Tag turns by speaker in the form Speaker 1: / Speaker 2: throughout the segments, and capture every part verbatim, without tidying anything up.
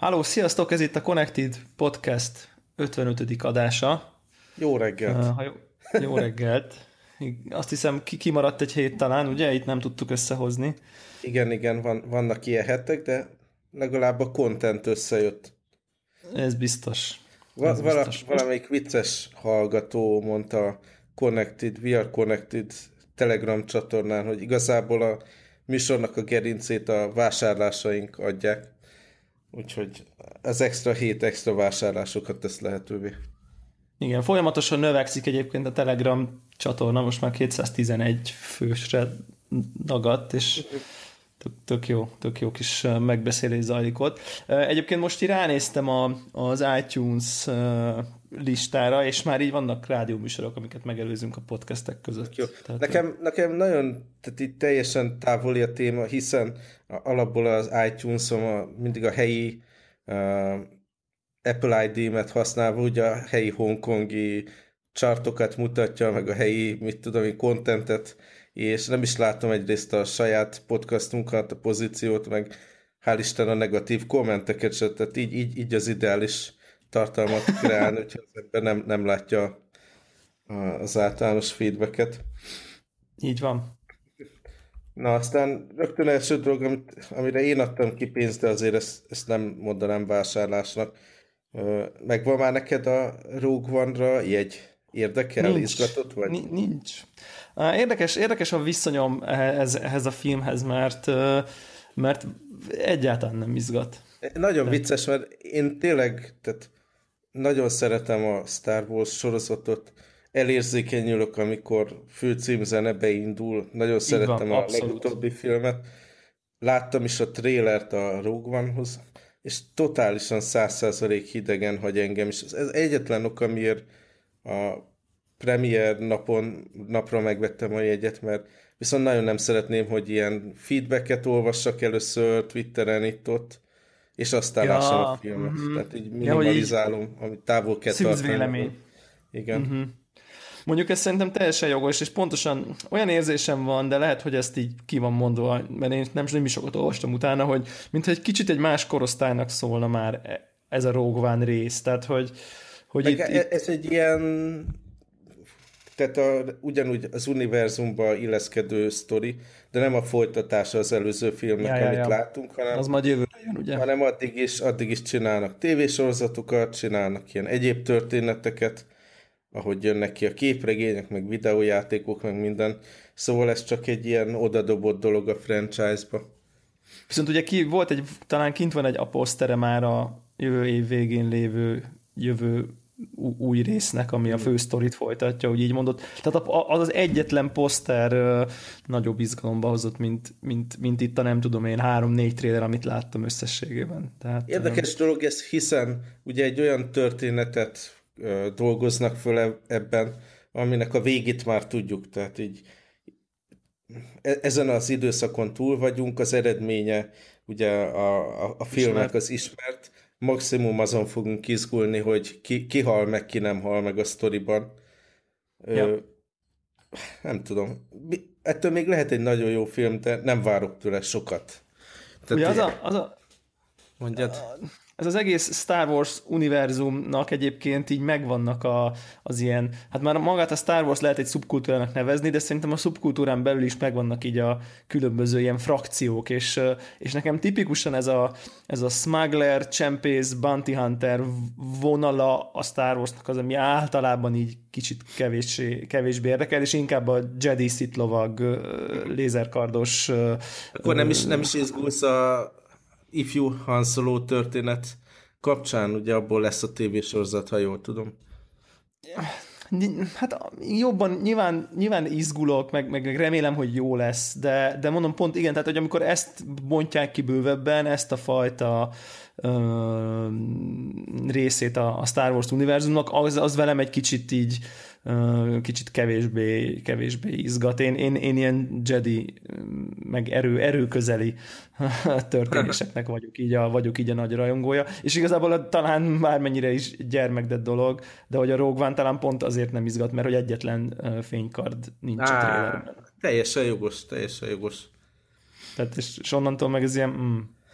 Speaker 1: Halló, sziasztok! Ez itt a Connected Podcast ötvenötödik adása.
Speaker 2: Jó reggelt!
Speaker 1: Uh, ha jó, jó reggelt! Azt hiszem, ki kimaradt egy hét talán, ugye? Itt nem tudtuk összehozni.
Speaker 2: Igen, igen, van, vannak ilyen hetek, de legalább a content összejött.
Speaker 1: Ez biztos.
Speaker 2: Va-
Speaker 1: Ez
Speaker 2: vala,
Speaker 1: biztos.
Speaker 2: valamelyik vicces hallgató mondta Connected, We Are Connected Telegram csatornán, hogy igazából a műsornak a gerincét a vásárlásaink adják. Úgyhogy az extra hét extra vásárlásokat tesz lehetővé.
Speaker 1: Igen, folyamatosan növekszik egyébként a Telegram csatorna, most már kétszáztizenegy fősre dagadt, és tök, tök jó, tök jó kis megbeszélés zajlik ott. Egyébként most így ránéztem a, az iTunes listára, és már így vannak rádióműsorok, amiket megelőzünk a podcastek között.
Speaker 2: Jó.
Speaker 1: Tehát,
Speaker 2: nekem, nekem nagyon, tehát így teljesen távoli a téma, hiszen alapból az iTunes-om a, mindig a helyi uh, Apple I D-met használva, ugye a helyi hongkongi chartokat mutatja, meg a helyi, mit tudom én, contentet, és nem is látom egyrészt a saját podcastunkat, a pozíciót, meg hál' Isten a negatív kommenteket se, tehát így, így, így az ideális tartalmat kreálni, úgyhogy ebben nem, nem látja az általános feedbacket.
Speaker 1: Így van.
Speaker 2: Na, aztán rögtön első dolog, amit, amire én adtam ki pénzt, de azért ezt, ezt nem mondanám vásárlásnak. Megvan már neked a Rogue One-ra jegy? Érdekel?
Speaker 1: Nincs.
Speaker 2: Izgatott vagy?
Speaker 1: Nincs. Érdekes, érdekes a viszonyom ehhez, ehhez a filmhez, mert, mert egyáltalán nem izgat.
Speaker 2: Nagyon vicces, mert én tényleg tehát nagyon szeretem a Star Wars sorozatot, elérzékenyülök, amikor főcímzene beindul, nagyon szeretem van, a abszolút. Legutóbbi filmet, láttam is a trélert a Rogue One-hoz, és totálisan száz százalék hidegen hagy engem, és ez egyetlen ok, amiért a premier napon, napra megvettem a jegyet, mert viszont nagyon nem szeretném, hogy ilyen feedbacket olvassak először Twitteren itt-ott, és aztán ja, lássam a filmet. Mm-hmm. Tehát így minimalizálom, ja, így amit távol kell
Speaker 1: tartani.
Speaker 2: Igen.
Speaker 1: Mm-hmm. Mondjuk ez szerintem teljesen jogos, és pontosan olyan érzésem van, de lehet, hogy ezt így ki van mondva, mert én nem, nem is sokat olvastam utána, hogy mintha egy kicsit egy más korosztálynak szólna már ez a Rogue One rész. Tehát, hogy, hogy itt,
Speaker 2: itt... Ez egy ilyen... Tehát a, ugyanúgy az univerzumba illeszkedő sztori, de nem a folytatása az előző filmnek, ja, ja, amit ja. látunk, hanem,
Speaker 1: az majd jövőre jön, ugye?
Speaker 2: hanem addig is, addig is csinálnak tévésorozatokat, csinálnak ilyen egyéb történeteket, ahogy jönnek ki a képregények, meg videójátékok, meg minden. Szóval ez csak egy ilyen odadobott dolog a franchise-ba.
Speaker 1: Viszont ugye ki, volt egy, talán kint van egy a posztere már a jövő év végén lévő jövő új résznek, ami a fő sztorit folytatja, úgy így mondott. Tehát az az egyetlen poszter nagyobb izgalomba hozott, mint, mint, mint itt a nem tudom én három-négy trailer, amit láttam összességében. Tehát,
Speaker 2: érdekes um... dolog ez, hiszen ugye egy olyan történetet uh, dolgoznak föl ebben, aminek a végét már tudjuk, tehát így ezen az időszakon túl vagyunk, az eredménye ugye a, a, a filmnek az ismert, maximum azon fogunk izgulni, hogy ki, ki hal meg, ki nem hal meg a sztoriban. Ja. Ö, nem tudom. Ettől még lehet egy nagyon jó film, de nem várok tőle sokat.
Speaker 1: Tehát ugye az a... Az a
Speaker 2: mondjad.
Speaker 1: A, ez az egész Star Wars univerzumnak egyébként így megvannak a, az ilyen, hát már magát a Star Wars lehet egy szubkultúrának nevezni, de szerintem a szubkultúrán belül is megvannak így a különböző ilyen frakciók, és, és nekem tipikusan ez a, ez a smuggler, csempész, bounty hunter vonala a Star Warsnak az, ami általában így kicsit kevésbé, kevésbé érdekel, és inkább a Jedi, Sith lovag, lézerkardos...
Speaker 2: Akkor nem is, nem is izgulsz a ifjú Han Solo történet kapcsán, ugye abból lesz a tévésorozat, ha jól tudom.
Speaker 1: Hát jobban, nyilván, nyilván izgulok, meg, meg remélem, hogy jó lesz, de, de mondom pont igen, tehát hogy amikor ezt bontják ki bővebben, ezt a fajta ö, részét a, a Star Wars univerzumnak, az, az velem egy kicsit így ö, kicsit kevésbé, kevésbé izgat. Én, én, én ilyen Jedi, meg erő, erőközeli történéseknek vagyok így, a, vagyok így a nagy rajongója, és igazából talán bármennyire is gyermekdett dolog, de hogy a Rogue One talán pont azért nem izgat, mert hogy egyetlen fénykard nincs Á, a trailerben.
Speaker 2: Teljesen jogos, teljesen jogos.
Speaker 1: Tehát és, és onnantól meg ez ilyen... Mm.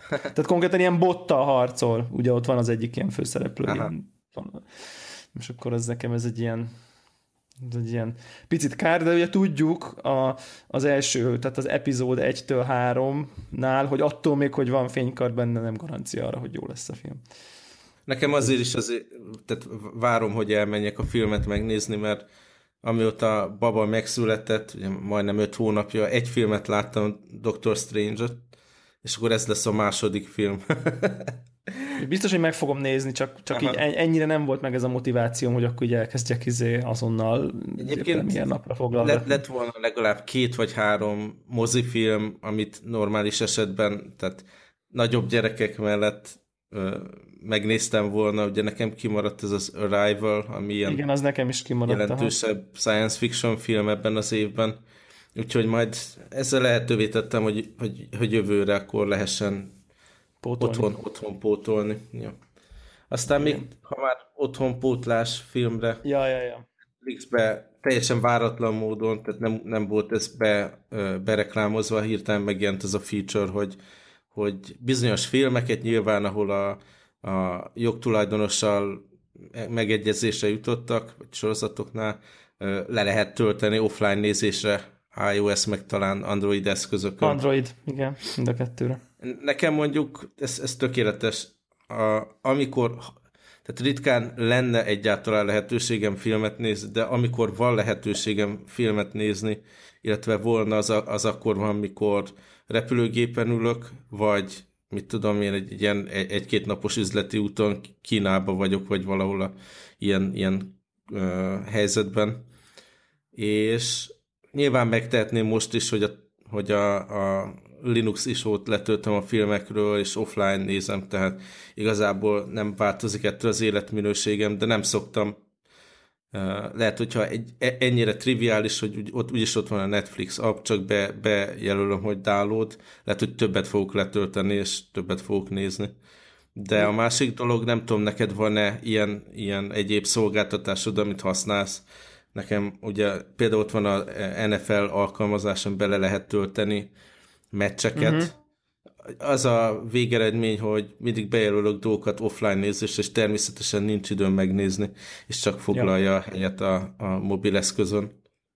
Speaker 1: Tehát konkrétan ilyen bottal harcol, ugye ott van az egyik ilyen főszereplő. Ilyen, és akkor ez nekem ez egy ilyen ez egy ilyen picit kár, de ugye tudjuk a, az első, tehát az epizód egytől háromnál, hogy attól még, hogy van fénykard benne, nem garancia arra, hogy jó lesz a film.
Speaker 2: Nekem azért is azért, tehát várom, hogy elmenjek a filmet megnézni, mert amióta Baba megszületett, ugye majdnem öt hónapja, egy filmet láttam, Doctor Strange-ot, és akkor ez lesz a második film.
Speaker 1: Biztos, hogy meg fogom nézni, csak, csak így ennyire nem volt meg ez a motivációm, hogy akkor így elkezdjek izé azonnal milyen napra foglalni.
Speaker 2: Lett, lett volna legalább két vagy három mozifilm, amit normális esetben, tehát nagyobb gyerekek mellett ö, megnéztem volna, ugye nekem kimaradt ez az Arrival, ami ilyen
Speaker 1: igen, az nekem is kimaradt,
Speaker 2: jelentősebb aha. science fiction film ebben az évben. Úgyhogy majd ezzel lehetővé tettem, hogy, hogy, hogy jövőre akkor lehessen pótolni. Otthon, otthon pótolni. Ja. Aztán igen. Még, ha már otthon pótlás filmre,
Speaker 1: ja, ja, ja.
Speaker 2: Netflixbe teljesen váratlan módon, tehát nem, nem volt ez be, bereklámozva, hirtelen megjelent ez a feature, hogy, hogy bizonyos filmeket nyilván, ahol a, a jogtulajdonossal megegyezésre jutottak, vagy sorozatoknál, le lehet tölteni offline nézésre iOS, meg talán Android eszközökön.
Speaker 1: Android, igen, mind a kettőre.
Speaker 2: Nekem mondjuk ez, ez tökéletes. A, amikor, tehát ritkán lenne egyáltalán lehetőségem filmet nézni, de amikor van lehetőségem filmet nézni, illetve volna, az, a, az akkor van, mikor repülőgépen ülök, vagy mit tudom én, egy ilyen egy-két napos üzleti úton Kínába vagyok, vagy valahol a, ilyen, ilyen uh, helyzetben. És nyilván megtehetném most is, hogy a, hogy a, a Linux isót letöltöm a filmekről, és offline nézem, tehát igazából nem változik ettől az életminőségem, de nem szoktam. Lehet, hogyha egy, ennyire triviális, hogy ott, úgyis ott van a Netflix app, csak be, bejelölöm, hogy download, lehet, hogy többet fogok letölteni, és többet fogok nézni. De a másik dolog, nem tudom, neked van-e ilyen, ilyen egyéb szolgáltatásod, amit használsz. Nekem ugye például ott van a en ef el alkalmazáson, bele lehet tölteni meccseket. Uh-huh. Az a végeredmény, hogy mindig bejelölök dolgokat offline nézésre, és természetesen nincs időm megnézni, és csak foglalja ja. helyet a, a mobileszközön.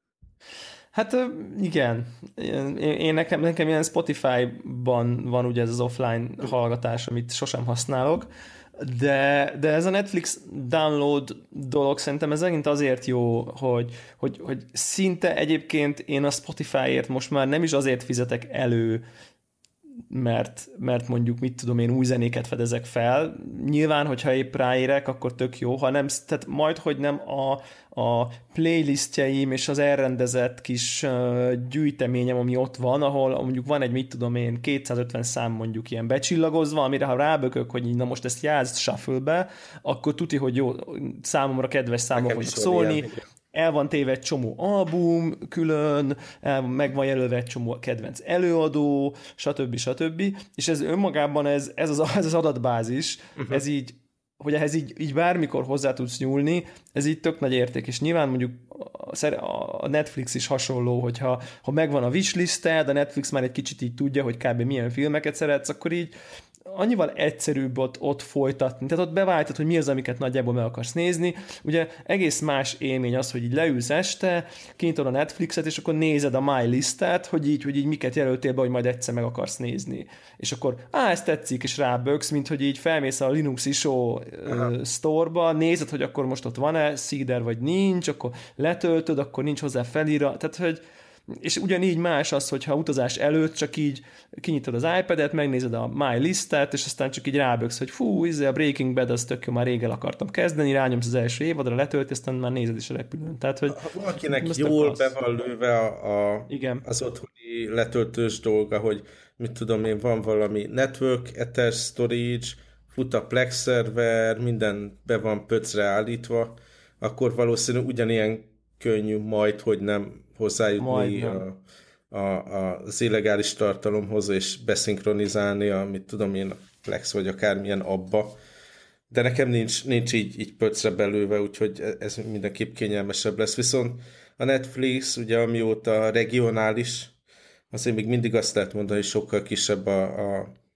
Speaker 1: Hát igen. Én, én nekem, nekem ilyen Spotify-ban van ugye ez az offline hallgatás, amit sosem használok, de, de ez a Netflix download dolog szerintem ez megint azért jó, hogy, hogy, hogy szinte egyébként én a Spotifyért most már nem is azért fizetek elő, mert, mert mondjuk, mit tudom én, új zenéket fedezek fel. Nyilván, hogyha épp ráérek, akkor tök jó, ha nem, tehát majd, hogy nem a, a playlistjeim és az elrendezett kis uh, gyűjteményem, ami ott van, ahol mondjuk van egy, mit tudom én, kétszázötven szám mondjuk ilyen becsillagozva, amire ha rábökök, hogy na most ezt játsz shuffle-be, akkor tuti, hogy jó, számomra kedves számok fognak szólni, ilyen. El van téve egy csomó album külön, el, meg van jelölve egy csomó kedvenc előadó, stb. stb. És ez önmagában ez, ez, az, ez az adatbázis, uh-huh. ez így, hogy ehhez így, így bármikor hozzá tudsz nyúlni, ez így tök nagy érték. És nyilván mondjuk a Netflix is hasonló, hogyha ha megvan a wishlisted, a Netflix már egy kicsit így tudja, hogy kb. Milyen filmeket szeretsz, akkor így annyival egyszerűbb ott, ott folytatni. Tehát ott beváltod, hogy mi az, amiket nagyjából meg akarsz nézni. Ugye egész más élmény az, hogy így leülsz este, kinyitod a Netflixet, és akkor nézed a My Listet, hogy így, hogy így miket jelöltél be, hogy majd egyszer meg akarsz nézni. És akkor, á, ez tetszik, és ráböksz, mint hogy így felmész a Linux I S O uh, store-ba, nézed, hogy akkor most ott van-e Cedar, vagy nincs, akkor letöltöd, akkor nincs hozzá felírva. Tehát, hogy és ugyanígy más az, hogyha utazás előtt csak így kinyitod az iPad-et, megnézed a My Listet, és aztán csak így ráböksz, hogy fú, izé a Breaking Bad az tök jó, már rég el akartam kezdeni, rányomsz az első évadra, letölti, aztán már nézed is a repülőn. Tehát, hogy
Speaker 2: ha valakinek jól be van lőve a, a, az otthoni letöltős dolga, hogy mit tudom én, van valami network, Ether storage, fut a Plex szerver, minden be van pöcre állítva, akkor valószínű ugyanilyen könnyű majd, hogy nem hozzájutni a, a, a, az illegális tartalomhoz, és beszinkronizálni a, mit tudom én, a Plex vagy akármilyen abba. De nekem nincs, nincs így, így pöcre belőve, úgyhogy ez mindenképp kényelmesebb lesz. Viszont a Netflix, ugye amióta regionális, azért még mindig azt lehet mondani, hogy sokkal kisebb a, a,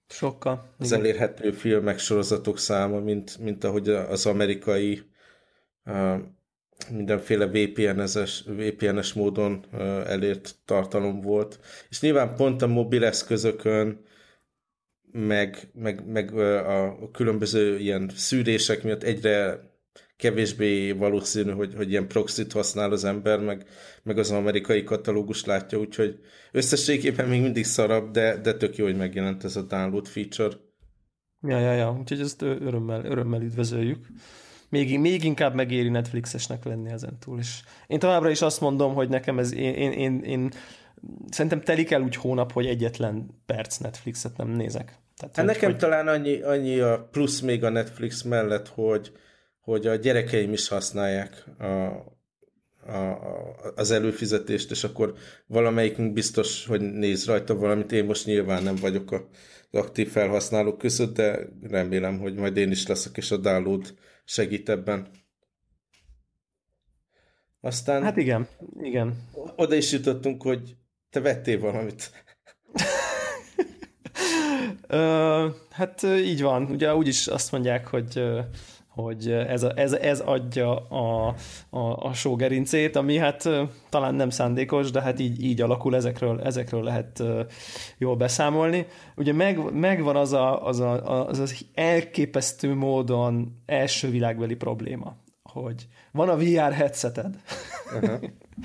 Speaker 1: Sokkal.
Speaker 2: Az elérhető filmek, sorozatok száma, mint, mint ahogy az amerikai uh, mindenféle vé pé en-es, vé pé en-es módon uh, elért tartalom volt. És nyilván pont a mobil eszközökön, meg, meg, meg uh, a különböző ilyen szűrések miatt egyre kevésbé valószínű, hogy, hogy ilyen proxit használ az ember, meg, meg az amerikai katalógus látja, úgyhogy összességében még mindig szarabb, de, de tök jó, hogy megjelent ez a download feature.
Speaker 1: Ja, ja, ja, úgyhogy ezt örömmel, örömmel üdvözöljük. Még, még inkább megéri Netflixesnek lenni ezen túl is. Én továbbra is azt mondom, hogy nekem ez, én, én, én, én szerintem telik el úgy hónap, hogy egyetlen perc Netflixet nem nézek. Tehát,
Speaker 2: hát
Speaker 1: hogy,
Speaker 2: nekem
Speaker 1: hogy...
Speaker 2: talán annyi, annyi a plusz még a Netflix mellett, hogy, hogy a gyerekeim is használják a, a, az előfizetést, és akkor valamelyikünk biztos, hogy néz rajta valamit. Én most nyilván nem vagyok az aktív felhasználók között, de remélem, hogy majd én is leszek, és a download segít ebben. Aztán...
Speaker 1: Hát igen, igen.
Speaker 2: Oda is jutottunk, hogy te vettél valamit.
Speaker 1: Ö, hát így van. Ugye úgyis azt mondják, hogy hogy ez, a, ez, ez adja a, a, a show gerincét, ami hát talán nem szándékos, de hát így, így alakul, ezekről, ezekről lehet jól beszámolni. Ugye meg, megvan az, a, az, a, az az elképesztő módon első világbeli probléma, hogy van a vé er headseted, uh-huh.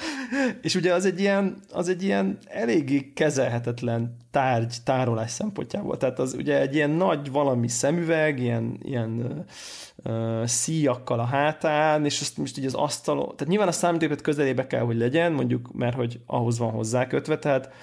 Speaker 1: és ugye az egy ilyen, az egy ilyen eléggé kezelhetetlen tárgy, tárolás szempontjából. Tehát az ugye egy ilyen nagy valami szemüveg, ilyen, ilyen uh, szíjakkal a hátán, és azt most így az asztalon, tehát nyilván a számítógép közelébe kell, hogy legyen, mondjuk, mert hogy ahhoz van hozzá kötve, tehát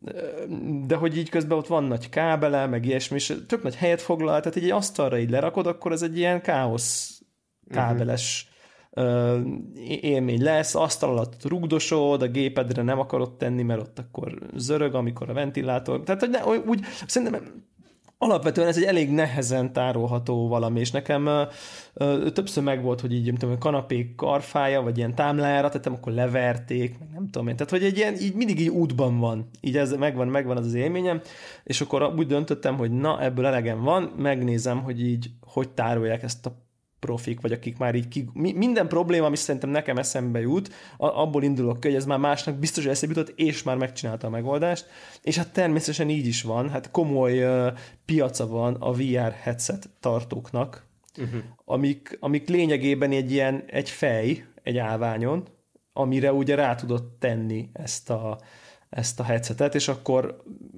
Speaker 1: de hogy így közben ott van nagy kábele, meg ilyesmi, és tök nagy helyet foglal, tehát így egy asztalra így lerakod, akkor ez egy ilyen káosz kábeles uh-huh. élmény lesz, asztal alatt rugdosod, a gépedre nem akarod tenni, mert ott akkor zörög, amikor a ventilátor, tehát hogy ne, úgy, szerintem alapvetően ez egy elég nehezen tárolható valami, és nekem ö, ö, többször megvolt, hogy így, tudom, a kanapék karfája, vagy ilyen támlájára tettem, akkor leverték, meg nem tudom én. Tehát, hogy egy ilyen, így mindig így útban van. Így ez megvan, megvan az az élményem, és akkor úgy döntöttem, hogy na, ebből elegem van, megnézem, hogy így, hogy tárolják ezt a profik, vagy akik már így ki... Minden probléma, ami szerintem nekem eszembe jut, abból indulok ki, hogy ez már másnak biztos, hogy eszembe jutott, és már megcsinálta a megoldást, és hát természetesen így is van, hát komoly uh, piaca van a vé er headset tartóknak, uh-huh. amik, amik lényegében egy ilyen, egy fej, egy állványon, amire ugye rá tudod tenni ezt a, ezt a headsetet, és akkor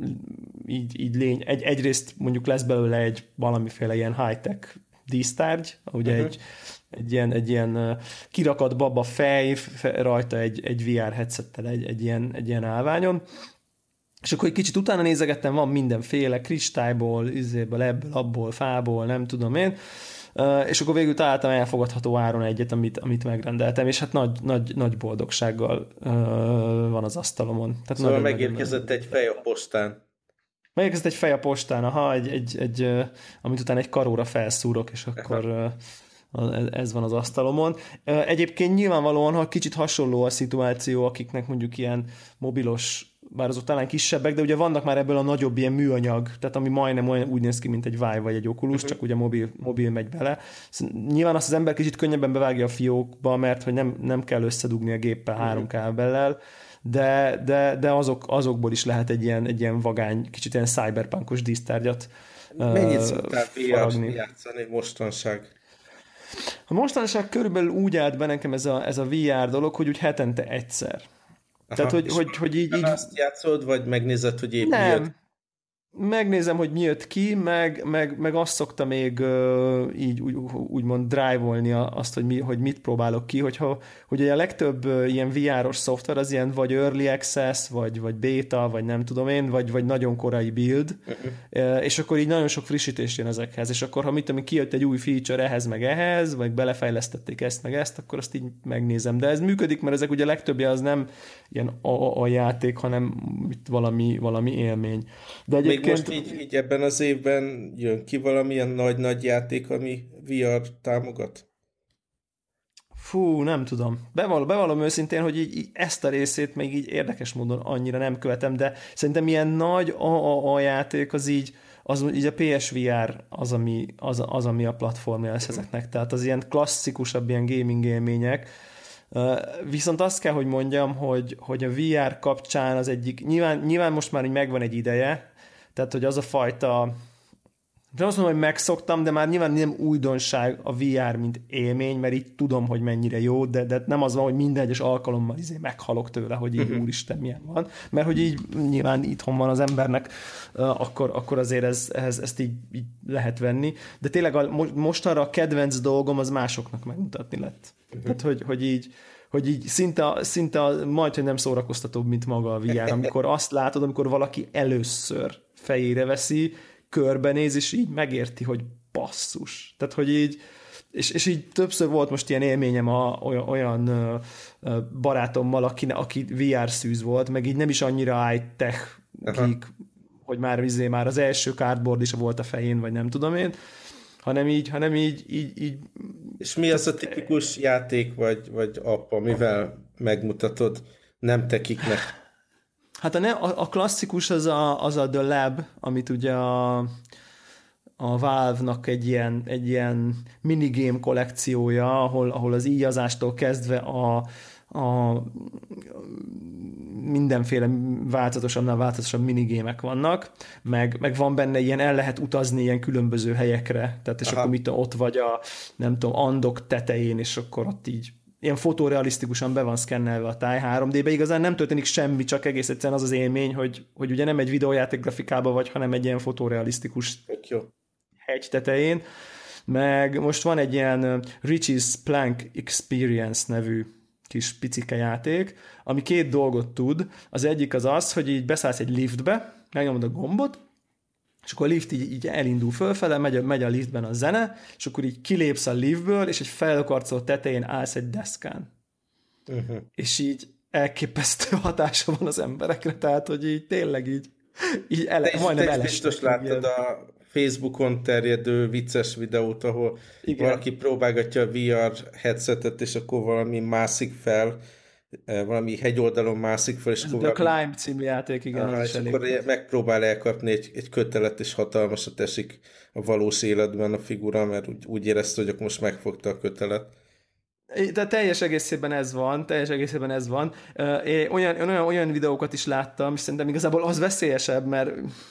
Speaker 1: így, így lény... egy, egyrészt mondjuk lesz belőle egy valamiféle ilyen high-tech dísztárgy, ugye uh-huh. egy, egy ilyen, egy ilyen kirakat baba fej, fej rajta egy, egy vé er headsettel egy, egy, ilyen, egy ilyen állványon, és akkor egy kicsit utána nézegettem, van mindenféle kristályból, izéből, ebből, abból, fából, nem tudom én, és akkor végül találtam elfogadható áron egyet, amit, amit megrendeltem, és hát nagy, nagy, nagy boldogsággal van az asztalomon. Tehát
Speaker 2: szóval megérkezett egy fej a postán.
Speaker 1: Megérkezett egy fej a postán, aha, egy, egy, egy, amit utána egy karóra felszúrok, és akkor ez van az asztalomon. Egyébként nyilvánvalóan, ha kicsit hasonló a szituáció, akiknek mondjuk ilyen mobilos, bár azok talán kisebbek, de ugye vannak már ebből a nagyobb ilyen műanyag, tehát ami majdnem olyan úgy néz ki, mint egy Vive vagy egy Oculus, uh-huh. csak ugye mobil, mobil megy bele. Nyilván azt az ember kicsit könnyebben bevágja a fiókba, mert hogy nem, nem kell összedugni a géppel uh-huh. három kábellel, de, de, de azok, azokból is lehet egy ilyen, egy ilyen vagány, kicsit ilyen cyberpunkos dísztárgyat
Speaker 2: mennyit szoktál vé er játszani mostanság?
Speaker 1: A mostanság körülbelül úgy állt be nekem ez a, ez a vé er dolog, hogy úgy hetente egyszer.
Speaker 2: Aha,
Speaker 1: tehát, hogy, hogy, hogy így, így...
Speaker 2: azt játszod, vagy megnézed, hogy épp
Speaker 1: nem.
Speaker 2: jött?
Speaker 1: Megnézem, hogy mi jött ki, meg, meg, meg azt szokta még uh, így úgy, úgymond drive-olni azt, hogy, mi, hogy mit próbálok ki, hogyha, hogy a legtöbb uh, ilyen vé er-os szoftver az ilyen vagy early access, vagy, vagy beta, vagy nem tudom én, vagy, vagy nagyon korai build, uh-huh. uh, és akkor így nagyon sok frissítés jön ezekhez, és akkor ha mit tudom, kijött egy új feature ehhez, meg ehhez, vagy belefejlesztették ezt, meg ezt, akkor azt így megnézem. De ez működik, mert ezek ugye a legtöbbje az nem ilyen a, a játék, hanem valami, valami élmény. De
Speaker 2: egyébként... Még most így, így ebben az évben jön ki valamilyen nagy-nagy játék, ami vé er támogat?
Speaker 1: Fú, nem tudom. Bevallom, bevallom őszintén, hogy így, így ezt a részét még így érdekes módon annyira nem követem, de szerintem ilyen nagy á á á játék az így, az így a pé es vé er az, ami, az, az, ami a platformja lesz ezeknek. Tehát az ilyen klasszikusabb ilyen gaming élmények. Viszont azt kell, hogy mondjam, hogy, hogy a vé er kapcsán az egyik, nyilván, nyilván most már így megvan egy ideje, tehát hogy az a fajta, nem azt mondom, hogy megszoktam, de már nyilván nem újdonság a vé er, mint élmény, mert így tudom, hogy mennyire jó, de, de nem az van, hogy minden egyes alkalommal izé meghalok tőle, hogy így uh-huh. úristen, milyen van. Mert hogy így nyilván itthon van az embernek, akkor, akkor azért ez, ez, ezt így, így lehet venni. De tényleg a, mostanra a kedvenc dolgom az másoknak megmutatni lett. Uh-huh. Tehát, hogy, hogy így hogy így szinte, szinte majd, hogy nem szórakoztatóbb, mint maga a vé er, amikor azt látod, amikor valaki először fejére veszi, körbenéz, és így megérti, hogy basszus. Tehát, hogy így, és, és így többször volt most ilyen élményem a, olyan, olyan ö, barátommal, aki, aki vé er szűz volt, meg így nem is annyira high-tech geek, hogy már, izé, már az első cardboard is volt a fején, vagy nem tudom én, hanem így, hanem így, így, így
Speaker 2: és mi az a tipikus játék, vagy, vagy app, amivel megmutatod nem tekiknek?
Speaker 1: Hát a, a, a klasszikus az a, az a The Lab, amit ugye a, a Valve-nak egy ilyen, egy ilyen minigame kollekciója, ahol, ahol az íjazástól kezdve a, a mindenféle változatosabbnál változatosabb minigémek vannak, meg, meg van benne ilyen, el lehet utazni ilyen különböző helyekre, tehát és Aha. akkor mit ott vagy a, nem tudom, Andok tetején, és akkor ott így ilyen fotorealisztikusan be van szkennelve a táj három dé-be, igazán nem történik semmi, csak egész egyszerűen az az élmény, hogy, hogy ugye nem egy videójáték grafikában vagy, hanem egy ilyen fotorealisztikus hegy tetején, meg most van egy ilyen Richie's Plank Experience nevű kis picike játék, ami két dolgot tud. Az egyik az az, hogy így beszállsz egy liftbe, megnyomod a gombot, és akkor a lift így, így elindul fölfele, megy a, megy a liftben a zene, és akkor így kilépsz a liftből, és egy felkarcoló tetején állsz egy deszkán. Uh-huh. És így elképesztő hatása van az emberekre, tehát, hogy így tényleg így, így ele,
Speaker 2: te
Speaker 1: majdnem
Speaker 2: elestek. Biztos láttad a Facebookon terjedő vicces videót, ahol Igen. valaki próbálgatja a vé er headsetet, és akkor valami mászik fel, valami hegyoldalon mászik fel, és
Speaker 1: Ez
Speaker 2: akkor
Speaker 1: a
Speaker 2: valami...
Speaker 1: Climb című játék, igen.
Speaker 2: Aha, és akkor volt. Megpróbál elkapni egy, egy kötelet, és hatalmasat esik a valós életben a figura, mert úgy, úgy érezte, hogy akkor most megfogta a kötelet.
Speaker 1: De teljes egészében ez van, teljes egészében ez van. Én olyan, olyan, olyan videókat is láttam, és szerintem igazából az veszélyesebb, mert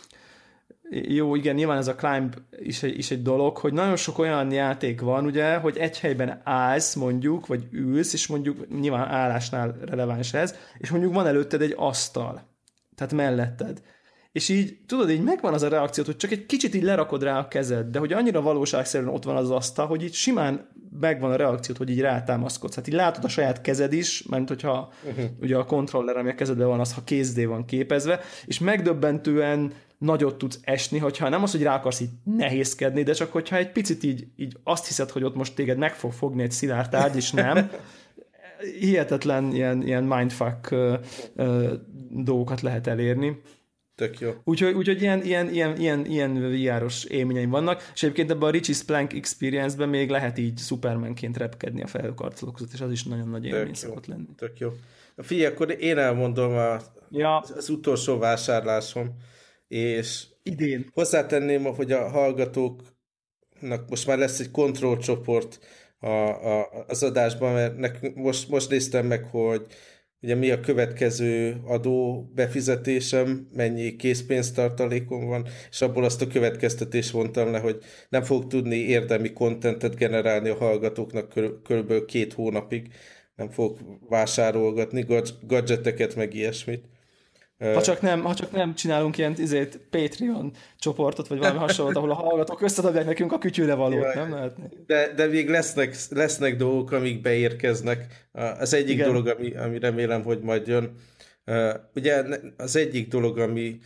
Speaker 1: jó, igen, nyilván ez a Climb is egy, is egy dolog, hogy nagyon sok olyan játék van, ugye, hogy egy helyben állsz, mondjuk, vagy ülsz, és mondjuk nyilván állásnál releváns ez, és mondjuk van előtted egy asztal, tehát melletted. És így, tudod, így megvan az a reakciót, hogy csak egy kicsit így lerakod rá a kezed, de hogy annyira valóságszerűen ott van az asztal, hogy így simán megvan a reakciót, hogy így rátámaszkodsz. Hát így látod a saját kezed is, mert hogyha uh-huh. ugye a kontroller, ami a kezedben van, az ha kézdé van képezve, és megdöbbentően nagyot tudsz esni, hogyha nem az, hogy rá akarsz így nehézkedni, de csak hogyha egy picit így, így azt hiszed, hogy ott most téged meg fog fogni egy szilárd tárgy, és nem. Hihetetlen ilyen, ilyen mindfuck uh, uh, dolgokat lehet elérni.
Speaker 2: Tök jó.
Speaker 1: Úgyhogy, úgyhogy ilyen, ilyen, ilyen, ilyen, ilyen vé er-os élményeim vannak, és egyébként ebben a Richie's Plank Experience-ben még lehet így Supermanként repkedni a felhőkarcolók között, és az is nagyon nagy élmény szokott lenni.
Speaker 2: Tök jó. Figyelj, akkor én elmondom a, ja. az utolsó vásárlásom, és
Speaker 1: idén
Speaker 2: hozzátenném, hogy a hallgatóknak most már lesz egy kontrollcsoport a, a, az adásban, mert nekünk most, most néztem meg, hogy ugye mi a következő adó befizetésem, mennyi készpénztartalékom van, és abból azt a következtetést vontam le, hogy nem fog tudni érdemi kontentet generálni a hallgatóknak kör, körülbelül két hónapig, nem fog vásárolgatni gadgeteket, meg ilyesmit.
Speaker 1: Ha csak nem, ha csak nem csinálunk ilyen izét, Patreon csoportot, vagy valami hasonlót, ahol a hallgatók összetadják nekünk a kütyűre valót, Jaj, nem lehetne?
Speaker 2: De, de még lesznek, lesznek dolgok, amik beérkeznek. Az egyik Igen. dolog, ami, ami remélem, hogy majd jön. Ugye az egyik dolog, ami,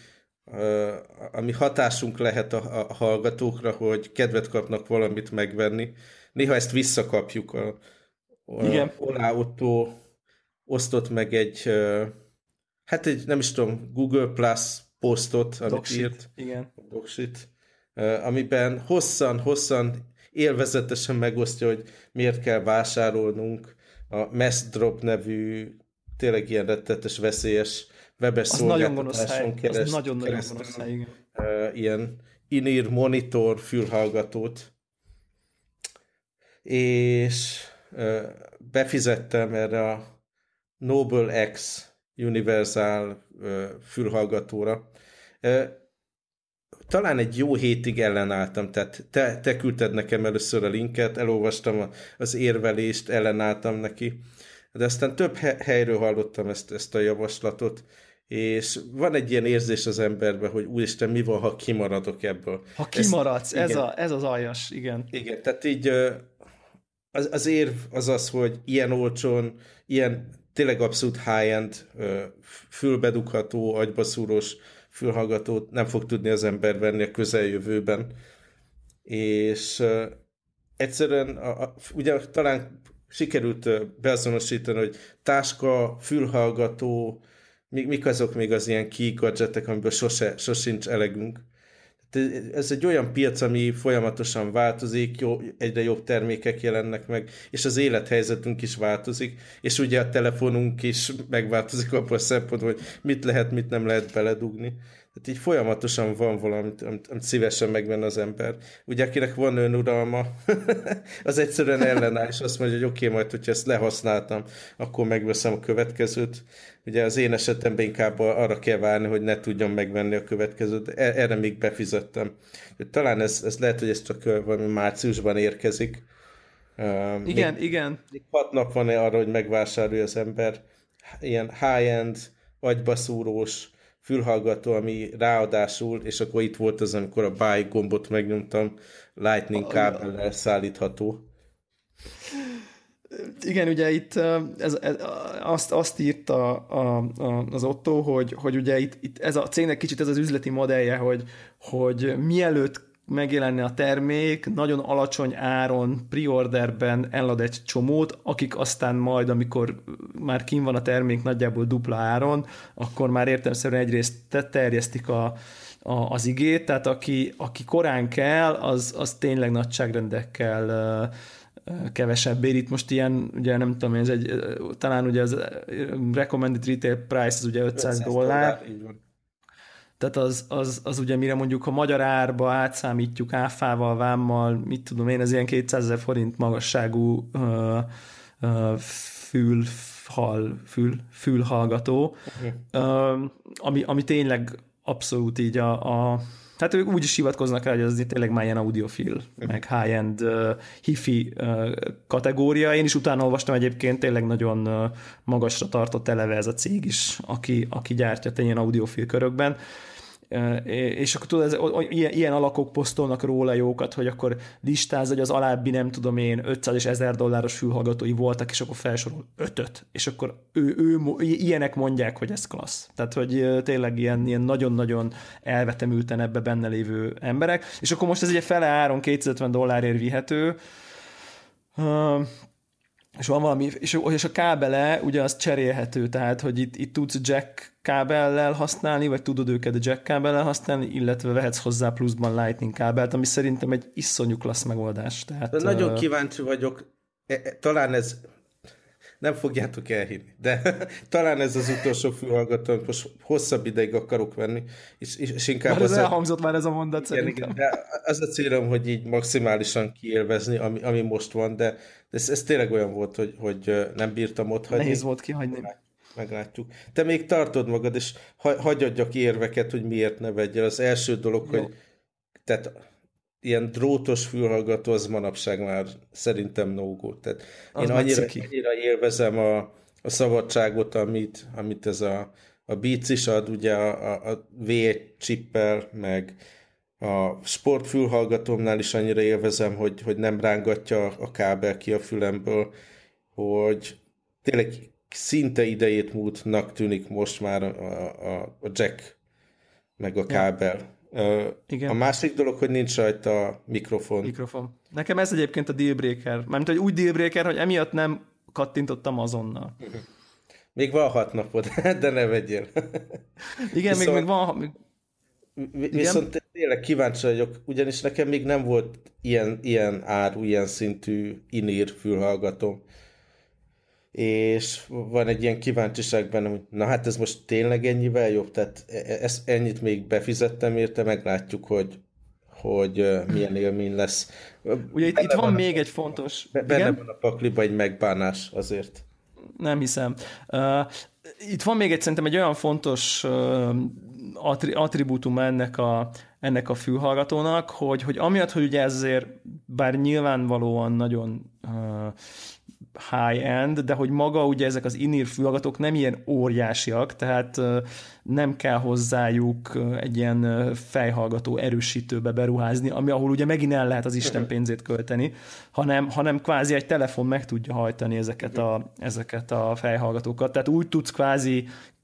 Speaker 2: ami hatásunk lehet a, a hallgatókra, hogy kedvet kapnak valamit megvenni. Néha ezt visszakapjuk. A, a Olá Otto osztott meg egy hát egy, nem is tudom, Google Plus posztot, amit Dogshit, írt.
Speaker 1: Igen.
Speaker 2: Dogshit, amiben hosszan-hosszan élvezetesen megosztja, hogy miért kell vásárolnunk a Messdrop nevű, tényleg ilyen rettetes, veszélyes webes szolgáltatáson keresztül.
Speaker 1: Az nagyon-nagyon gonosz hely, igen.
Speaker 2: Ilyen, in-ear monitor fülhallgatót, és befizettem erre a Noble X Universal fülhallgatóra. Talán egy jó hétig ellenálltam, tehát te, te küldted nekem először a linket, elolvastam az érvelést, ellenálltam neki, de aztán több helyről hallottam ezt, ezt a javaslatot, és van egy ilyen érzés az emberben, hogy úristen, mi van, ha kimaradok ebből.
Speaker 1: Ha kimaradsz, ezt, ez, a, ez az aljas, igen.
Speaker 2: Igen, tehát így az, az érv az az, hogy ilyen olcsón, ilyen tényleg abszolút high-end, fülbedugható, agybaszúrós fülhallgatót nem fog tudni az ember venni a közeljövőben. És egyszerűen, a, a, ugye talán sikerült beazonosítani, hogy táska, fülhallgató, mik azok még az ilyen key gadgetek, amiből sose, sosincs elegünk. Ez egy olyan piac, ami folyamatosan változik, jó, egyre jobb termékek jelennek meg, és az élethelyzetünk is változik, és ugye a telefonunk is megváltozik abban a szempontból, hogy mit lehet, mit nem lehet beledugni. Tehát így folyamatosan van valamit, amit, amit szívesen megvenne az ember. Ugye akinek van önuralma, az egyszerűen ellenáll, és azt mondja, hogy oké, okay, majd, hogyha ezt lehasználtam, akkor megveszem a következőt. Ugye az én esetemben inkább arra kell várni, hogy ne tudjam megvenni a következőt. Erre még befizettem. Talán ez, ez lehet, hogy ez csak valami márciusban érkezik.
Speaker 1: Igen,
Speaker 2: még,
Speaker 1: igen.
Speaker 2: Még hat nap van arra, hogy megvásárolja az ember ilyen high-end, agybaszúrós fülhallgató, ami ráadásul, és akkor itt volt az, amikor a buy gombot megnyomtam, lightning kábellel szállítható.
Speaker 1: Igen, ugye itt ez, ez, azt, azt írta a, a, az Otto, hogy, hogy ugye itt, itt ez a cégnek kicsit ez az üzleti modellje, hogy, hogy mielőtt megjelenne a termék, nagyon alacsony áron, preorderben elad egy csomót, akik aztán majd, amikor már kín van a termék nagyjából dupla áron, akkor már értelemszerűen egyrészt terjesztik a, a, az igét, tehát aki, aki korán kell, az, az tényleg nagyságrendekkel kevesebbért. Itt most ilyen, ugye nem tudom, ez egy, talán ugye az recommended retail price az ugye ötszáz dollár. Tehát az, az, az ugye mire mondjuk a magyar árba átszámítjuk áfával, vámmal, mit tudom én, ez ilyen kétszázezer forint magasságú uh, uh, fülhal, fül, fülhallgató, uh-huh. uh, ami, ami tényleg abszolút így a, a tehát ők úgy is hivatkoznak rá, hogy az tényleg már ilyen audiofil, uh-huh. meg high-end uh, hi-fi uh, kategória. Én is utána olvastam egyébként, tényleg nagyon uh, magasra tartott eleve ez a cég is, aki, aki gyártja ilyen audiofil körökben. És akkor tudod, ez, ilyen, ilyen alakok posztolnak róla jókat, hogy akkor listáz, hogy az alábbi nem tudom én ötszáz és ezer dolláros fülhallgatói voltak, és akkor felsorol ötöt, és akkor ő, ő, ő, ilyenek mondják, hogy ez klassz. Tehát, hogy tényleg ilyen, ilyen nagyon-nagyon elvetemülten ebbe benne lévő emberek, és akkor most ez ugye fele áron kétszázötven dollárért vihető, és van valami, és, és a kábele ugye az cserélhető, tehát, hogy itt, itt tudsz jack kábellel használni, vagy tudod őket a jack kábellel használni, illetve vehetsz hozzá pluszban lightning kábelt, ami szerintem egy iszonyú klassz megoldás. Tehát,
Speaker 2: de nagyon uh... kíváncsi vagyok, talán ez, nem fogjátok elhinni, de talán ez az utolsó fülhallgató, amit most hosszabb ideig akarok venni, és, és inkább...
Speaker 1: Már ez elhangzott már ez a mondat
Speaker 2: igen,
Speaker 1: szerintem.
Speaker 2: Igen, de az a célom, hogy így maximálisan kiélvezni, ami, ami most van, de ez, ez tényleg olyan volt, hogy, hogy nem bírtam ott hagyni.
Speaker 1: Nehéz volt kihagyni.
Speaker 2: Meglátjuk. Te még tartod magad, és hagyadjak érveket, hogy miért ne vegyél. Az első dolog, Jó. hogy tehát ilyen drótos fülhallgató az manapság már szerintem no-go. Tehát én annyira, annyira élvezem a, a szabadságot, amit, amit ez a, a Beats is ad, ugye a, a, a vé egy csippel, meg a sportfülhallgatómnál is annyira élvezem, hogy, hogy nem rángatja a kábel ki a fülemből, hogy tényleg szinte idejét múltnak tűnik most már a, a, a jack, meg a kábel. Ja. Uh, Igen. A másik dolog, hogy nincs rajta a mikrofon.
Speaker 1: Mikrofon. Nekem ez egyébként a dealbreaker. Mármint, hogy úgy dealbreaker, hogy emiatt nem kattintottam azonnal.
Speaker 2: Még van hat napod, de ne vegyél.
Speaker 1: Igen, viszont, még, még van... Még...
Speaker 2: Viszont Igen? tényleg kíváncsi vagyok, ugyanis nekem még nem volt ilyen, ilyen áru, ilyen szintű in-ear fülhallgatóm. És van egy ilyen kíváncsiság bennem, hogy na hát ez most tényleg ennyivel jobb, tehát ezt, ennyit még befizettem érte, meglátjuk, hogy hogy uh, milyen élmény lesz.
Speaker 1: Ugye itt, itt van, van még a, egy fontos...
Speaker 2: Benne igen? Van a pakliba egy megbánás azért.
Speaker 1: Nem hiszem. Uh, itt van még egy, szerintem egy olyan fontos uh, attri- attribútum ennek a, ennek a fülhallgatónak, hogy, hogy amiatt, hogy ugye ez azért, bár nyilvánvalóan nagyon uh, high-end, de hogy maga ugye ezek az in-ear fülhallgatók nem ilyen óriásiak, tehát uh, nem kell hozzájuk egy ilyen fejhallgató erősítőbe beruházni, ami ahol ugye megint el lehet az Isten pénzét költeni, hanem, hanem kvázi egy telefon meg tudja hajtani ezeket a, ezeket a fejhallgatókat. Tehát úgy tudsz kvázi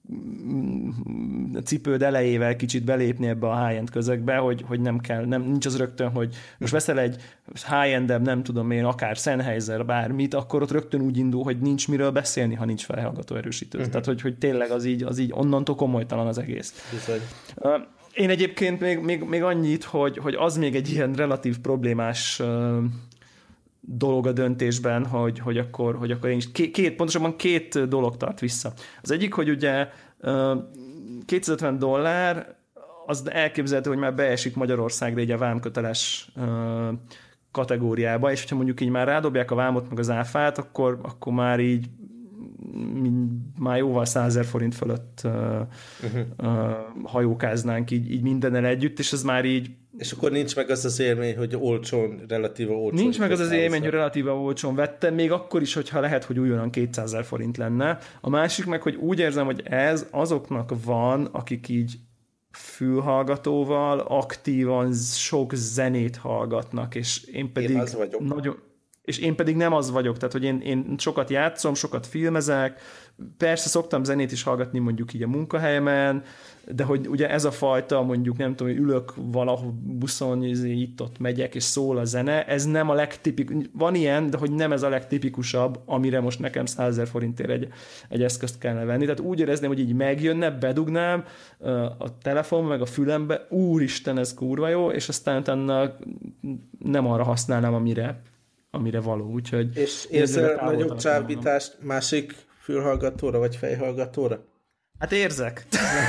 Speaker 1: a cipőd elejével kicsit belépni ebbe a high-end közegbe, hogy, hogy nem kell, nem, nincs az rögtön, hogy most veszel egy high-endebb, nem tudom én, akár Sennheiser, bármit, akkor ott rögtön úgy indul, hogy nincs miről beszélni, ha nincs felhallgató erősítő. Uh-huh. Tehát, hogy, hogy tényleg az így, az így onnantól komolytalan az egész. Bizony. Én egyébként még, még, még annyit, hogy, hogy az még egy ilyen relatív problémás dolog a döntésben, hogy, hogy, akkor, hogy akkor én is két, két, pontosabban két dolog tart vissza. Az egyik, hogy ugye kétszázötven dollár, az elképzelhető, hogy már beesik Magyarországra így a vámköteles kategóriába, és hogyha mondjuk így már rádobják a vámot meg az áfát, akkor, akkor már így már jóval százezer forint fölött uh-huh. hajókáznánk így, így mindennel együtt, és ez már így.
Speaker 2: És akkor nincs meg az az élmény, hogy olcsón, relatíva olcsón.
Speaker 1: Nincs meg az az élmény, hogy relatíva olcsón vettem, még akkor is, hogyha lehet, hogy újonnan kétszázezer forint lenne. A másik meg, hogy úgy érzem, hogy ez azoknak van, akik így fülhallgatóval aktívan sok zenét hallgatnak, és én pedig én az vagyok. Nagyon... És én pedig nem az vagyok, tehát hogy én, én sokat játszom, sokat filmezek, persze szoktam zenét is hallgatni mondjuk így a munkahelyemen, de hogy ugye ez a fajta, mondjuk nem tudom, hogy ülök valahol buszon, itt-ott megyek, és szól a zene, ez nem a legtipikus, van ilyen, de hogy nem ez a legtipikusabb, amire most nekem százezer forintért egy, egy eszközt kellene venni. Tehát úgy érezném, hogy így megjönne, bedugnám a telefon meg a fülembe, úristen, ez kurva jó, és aztán utána nem arra használnám, amire amire való, úgyhogy...
Speaker 2: És érzel nagyobb csábítást másik fülhallgatóra, vagy fejhallgatóra?
Speaker 1: Hát érzek.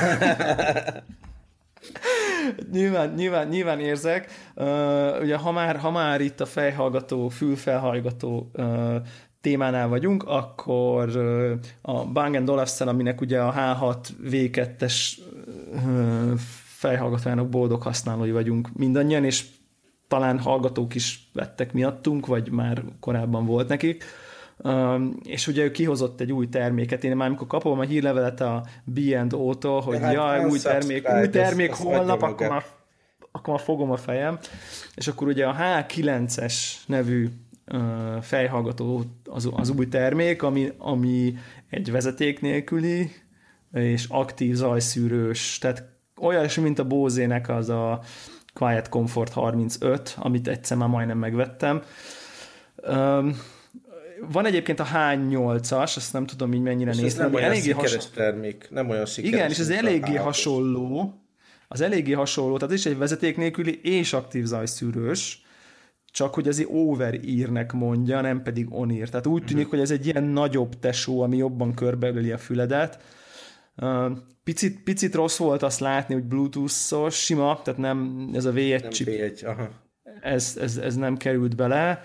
Speaker 1: nyilván, nyilván, nyilván érzek. Uh, ugye ha már, ha már itt a fejhallgató, fülfelhallgató uh, témánál vagyunk, akkor uh, a Bang and Olufsen, aminek ugye a há hat vé kettes uh, fejhallgatójának boldog használói vagyunk mindannyian, és talán hallgatók is vettek miattunk, vagy már korábban volt nekik, um, és ugye ő kihozott egy új terméket. Én már amikor kapom a hírlevelet a bé and ó-tól, hogy hát jaj, új termék, új termék az, holnap, az akkor, már, akkor már fogom a fejem. És akkor ugye a há kilences nevű uh, fejhallgató az, az új termék, ami, ami egy vezeték nélküli, és aktív zajszűrős, tehát olyan, mint a Bose-nek az a Quiet Comfort harmincöt, amit egyszer már majdnem megvettem. Um, van egyébként a há nyolcas, azt nem tudom így mennyire nézni.
Speaker 2: Ez nem olyan sikeres has... termék, nem olyan sikeres.
Speaker 1: Igen, és ez eléggé hasonló, az eléggé hasonló, tehát ez is egy vezeték nélküli és aktív zajszűrős, csak hogy az over-ear-nek mondja, nem pedig on-ear. Tehát úgy tűnik, uh-huh. hogy ez egy ilyen nagyobb tesó, ami jobban körbeöli a füledet. Uh, picit, picit rossz volt azt látni, hogy Bluetooth-os, sima, tehát nem ez a vé egy chip,
Speaker 2: vé egy, aha.
Speaker 1: Ez, ez, ez nem került bele,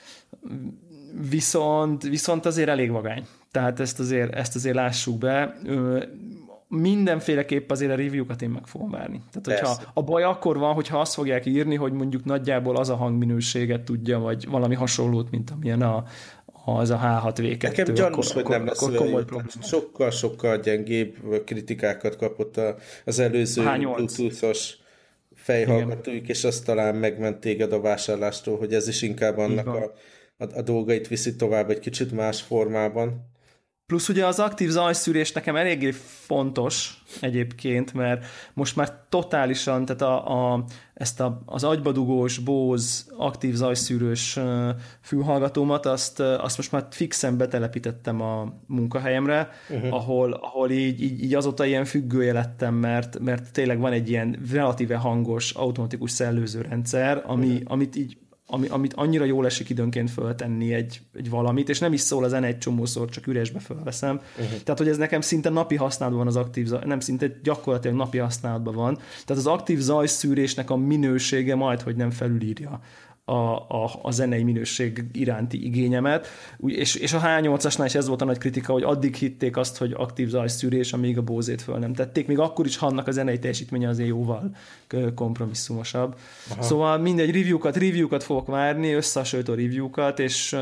Speaker 1: viszont, viszont azért elég vagány. Tehát ezt azért, ezt azért lássuk be. Uh, mindenféleképp azért a review-kat én meg fogom várni. Tehát, hogyha a baj akkor van, hogyha azt fogják írni, hogy mondjuk nagyjából az a hangminőséget tudja, vagy valami hasonlót, mint amilyen a az a há hat vé kettő.
Speaker 2: Nekem gyanús, akkor, hogy nem lesz komoly sokkal-sokkal gyengébb kritikákat kapott az előző Bluetooth-os fejhallgatóik, és azt talán megment téged a vásárlástól, hogy ez is inkább annak a, a, a dolgait viszi tovább egy kicsit más formában.
Speaker 1: Plusz ugye az aktív zajszűrés nekem eléggé fontos egyébként, mert most már totálisan, tehát a, a, ezt a, az agybadugós Bose aktív zajszűrős fülhallgatómat, azt, azt most már fixen betelepítettem a munkahelyemre, uh-huh. ahol, ahol így, így, így azóta ilyen függője lettem, mert, mert tényleg van egy ilyen relatíve hangos automatikus szellőző rendszer, ami, uh-huh. amit így ami, amit annyira jól esik időnként föltenni egy, egy valamit, és nem is szól a zene egy csomószor, csak üresbe fölveszem. Uh-huh. Tehát, hogy ez nekem szinte napi használatban van az aktív zaj, nem szinte gyakorlatilag napi használatban van. Tehát az aktív zajszűrésnek a minősége majd, hogy nem felülírja a, a, a zenei minőség iránti igényemet, és, és a há nyolcasnál is ez volt a nagy kritika, hogy addig hitték azt, hogy aktív zajszűrés, amíg a Bose-t föl nem tették, még akkor is annak a zenei teljesítménye azért jóval kompromisszumosabb. Aha. Szóval mindegy, review-kat, review-kat fogok várni, összehasonlító review-kat, és,